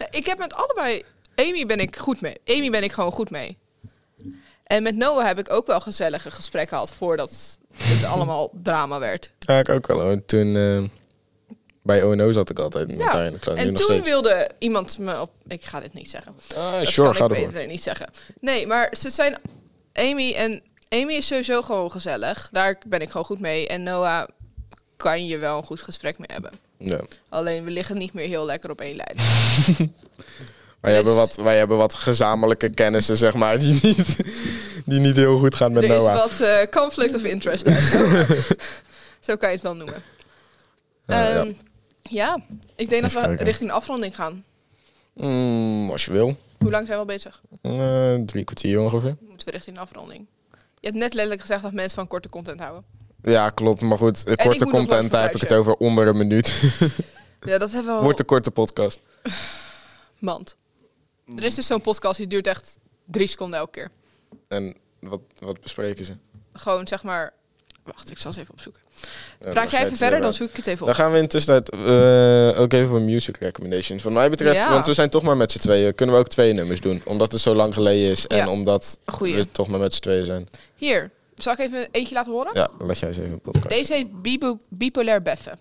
Ik heb met allebei... Amy ben ik goed mee. Amy ben ik gewoon goed mee. En met Noah heb ik ook wel gezellige gesprekken gehad voordat het allemaal drama werd. Ja, ik ook wel hoor. Toen uh, bij O N O zat ik altijd met ja. haar in de klas. En nu toen nog steeds. wilde iemand me op... Ik ga dit niet zeggen. Ah, dat sure, kan ga ik ervoor. beter niet zeggen. Nee, maar ze zijn... Amy en... Amy is sowieso gewoon gezellig. Daar ben ik gewoon goed mee. En Noah kan je wel een goed gesprek mee hebben. Ja. Alleen we liggen niet meer heel lekker op één lijn. Wij, Dus- hebben wat, wij hebben wat gezamenlijke kennissen, zeg maar, die niet, die niet heel goed gaan met er Noah. is wat uh, conflict of interest uit. Zo. Zo kan je het wel noemen. Uh, Um, ja. ja, ik denk Even dat we kijken. richting de afronding gaan. Mm, als je wil. Hoe lang zijn we al bezig? Uh, drie kwartier ongeveer. Moeten we richting de afronding. Je hebt net letterlijk gezegd dat mensen van korte content houden. Ja, klopt. Maar goed, eh, ik korte moet nog content, langs daar heb ik het over onder een minuut. Ja, dat hebben we al... Wordt een korte podcast. Mand. Er is dus zo'n podcast die duurt echt drie seconden elke keer. En wat, wat bespreken ze? Gewoon zeg maar... Wacht, ik zal ze even opzoeken. Ja, Praat jij even verder, dan zoek ik het even Dan op. gaan we intussen uh, ook even voor music recommendations. Wat mij betreft, Ja. want we zijn toch maar met z'n tweeën, kunnen we ook twee nummers doen. Omdat het zo lang geleden is en Ja. omdat Goeie. we toch maar met z'n tweeën zijn. Hier, zal ik even eentje laten horen? Ja, laat jij eens even een podcast. Deze heet Bibo- Bipolair Beffen.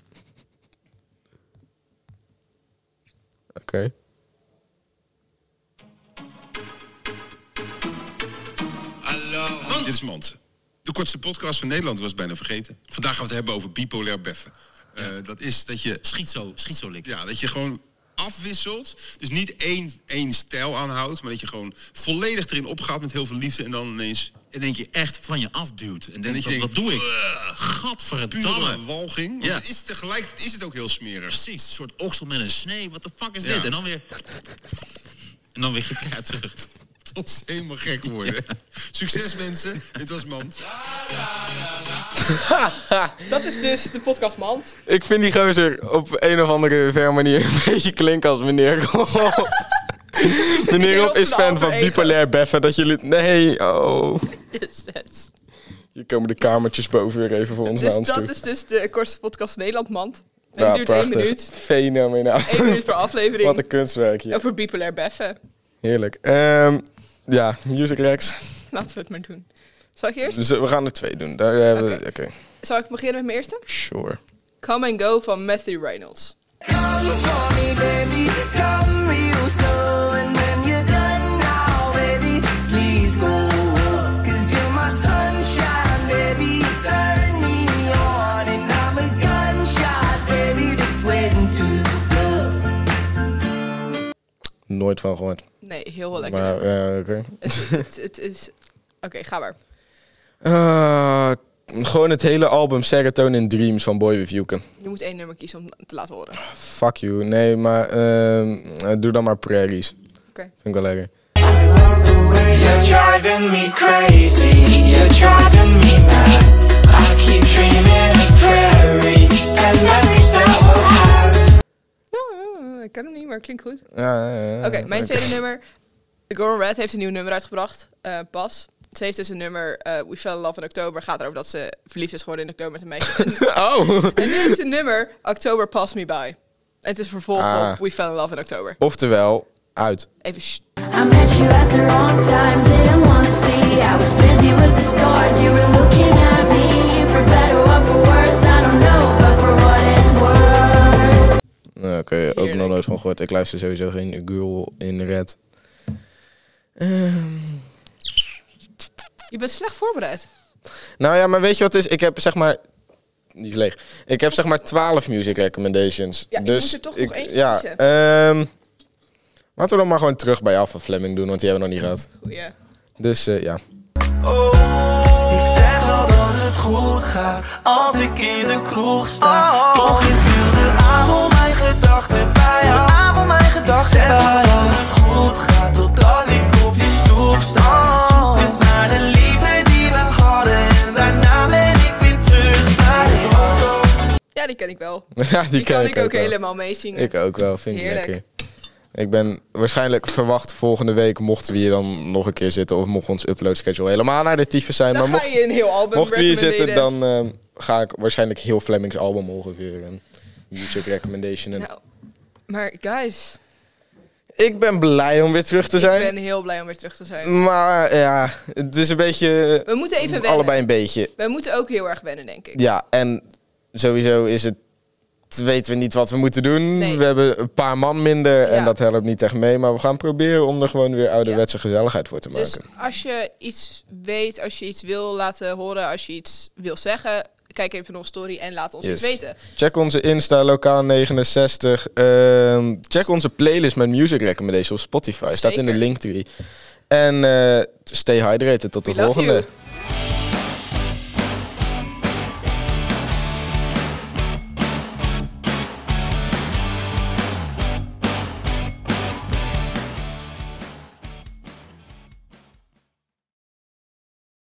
Oké. Okay. Hallo. Dit is Mand. De kortste podcast van Nederland, was bijna vergeten. Vandaag gaan we het hebben over bipolair beffen. Ja. Uh, dat is dat je... Schizo, schizolik. Ja, dat je gewoon afwisselt. Dus niet één, één stijl aanhoudt, maar dat je gewoon volledig erin opgaat met heel veel liefde en dan ineens... En denk je echt van je afduwt. En denk dat je je, denkt, wat doe ik? Uh, Gadverdamme. Pure walging. Ja. Want het is tegelijk is het ook heel smerig. Precies, een soort oksel met een snee. Wat de fuck is Ja. dit? En dan weer... En dan weer gekeerd terug. Tot ze helemaal gek worden. Ja. Succes mensen. Dit was Mand. Dat is dus de podcast Mand. Ik vind die gozer op een of andere ver manier een beetje klinken als meneer Rob. Meneer Rob is fan van bipolair beffen. Dat jullie... Nee, oh. Yes. Hier komen de kamertjes boven weer even voor ons naar Dus ons toe. dat is dus de kortste podcast van Nederland, Mand. En Ja, het duurt prachtig. één minuut. Fenomenaal. Eén minuut per aflevering. Wat een kunstwerkje. Over bipolair beffen. Heerlijk. Um, ja, Music Rex. Laten we het maar doen. Zal ik eerst? Dus uh, we gaan er twee doen. Daar hebben we... Oké. Oké. Okay. Zal ik beginnen met mijn eerste? Sure. Come and Go van Matthew Reynolds. Come for me, baby. Come real slow. And when you're done now, baby, please go. Cause you're my sunshine, baby. Turn me on. And I'm a gunshot, baby, that's waiting to blow. Nooit van gehoord. Nee, heel wel lekker. Maar, ja, uh, oké. Okay. Het, het, het is... Oké, okay, ga maar. Uh, gewoon het hele album Serotonin Dreams van Boy With Yuke. Je moet één nummer kiezen om te laten horen. Fuck you. Nee, maar uh, doe dan maar Prairies. Oké. Okay. Vind ik wel lekker. You're driving me crazy. You're driving me mad. I keep dreaming of prairies and memories that we'll have. No, ik ken hem niet, maar het klinkt goed. Ja, ja, ja. Oké, okay, mijn okay. tweede nummer. Girl Red heeft een nieuw nummer uitgebracht. Uh, pas. Ze heeft dus een nummer, uh, We Fell in Love in Oktober. Gaat erover dat ze verliefd is geworden in oktober met een meisje. En, oh! En nu is het nummer October Passed Me By. En het is vervolg ah. op We Fell in Love in Oktober. Oftewel, uit. Even sh- I met you at the wrong time, didn't wanna see. I was busy with the stars, you were looking at me. For better or for worse, I don't know, but for what it's worth. Oké, okay, ook nog nooit van gehoord. Ik luister sowieso geen Girl in Red. Um. Je bent slecht voorbereid. Nou ja, maar weet je wat het is? Ik heb zeg maar... Die is leeg. Ik heb zeg maar twaalf music recommendations. Ja, je dus moet er toch ik, nog eentje ja, kiezen. Um, laten we dan maar gewoon terug bij Alpha Fleming doen, want die hebben we nog niet gehad. Goeie. Dus uh, ja. Oh, ik zeg wel dat het goed gaat als ik in de kroeg sta. Oh, toch is heel de avond mijn gedachten bij jou. De avond mijn gedachten ik zeg wel dat het goed gaat totdat ik op die stoep sta. Oh, zoekend naar de liefde die we hadden en daarna ben ik weer terug bij jou. Ja, die ken ik wel. ja, die, die ken kan ik ik ook wel. helemaal meezingen. Ik ook wel, vind ik Heerlijk. lekker. Ik ben waarschijnlijk verwacht volgende week, mochten we hier dan nog een keer zitten, of mocht ons upload schedule helemaal naar de tyfus zijn. Dan maar ga mocht, je een heel album mochten we hier zitten, recommenderen. dan uh, ga ik waarschijnlijk heel Flemings album ongeveer een music recommendation. En Nou, maar guys, ik ben blij om weer terug te zijn. Ik ben heel blij om weer terug te zijn. Maar ja, het is een beetje... We moeten even wennen. Allebei een beetje. We moeten ook heel erg wennen, denk ik. Ja, en sowieso is het... weten we niet wat we moeten doen. Nee. We hebben een paar man minder en Ja. dat helpt niet echt mee. Maar we gaan proberen om er gewoon weer ouderwetse gezelligheid voor te maken. Dus als je iets weet, als je iets wil laten horen, als je iets wil zeggen, kijk even naar onze story en laat ons Yes. iets weten. Check onze Insta, lokaal negenenzestig. Ehm, check onze playlist met music recommendation op Spotify. Staat in de Zeker. linktree. En eh, stay hydrated. Tot de We love volgende. you.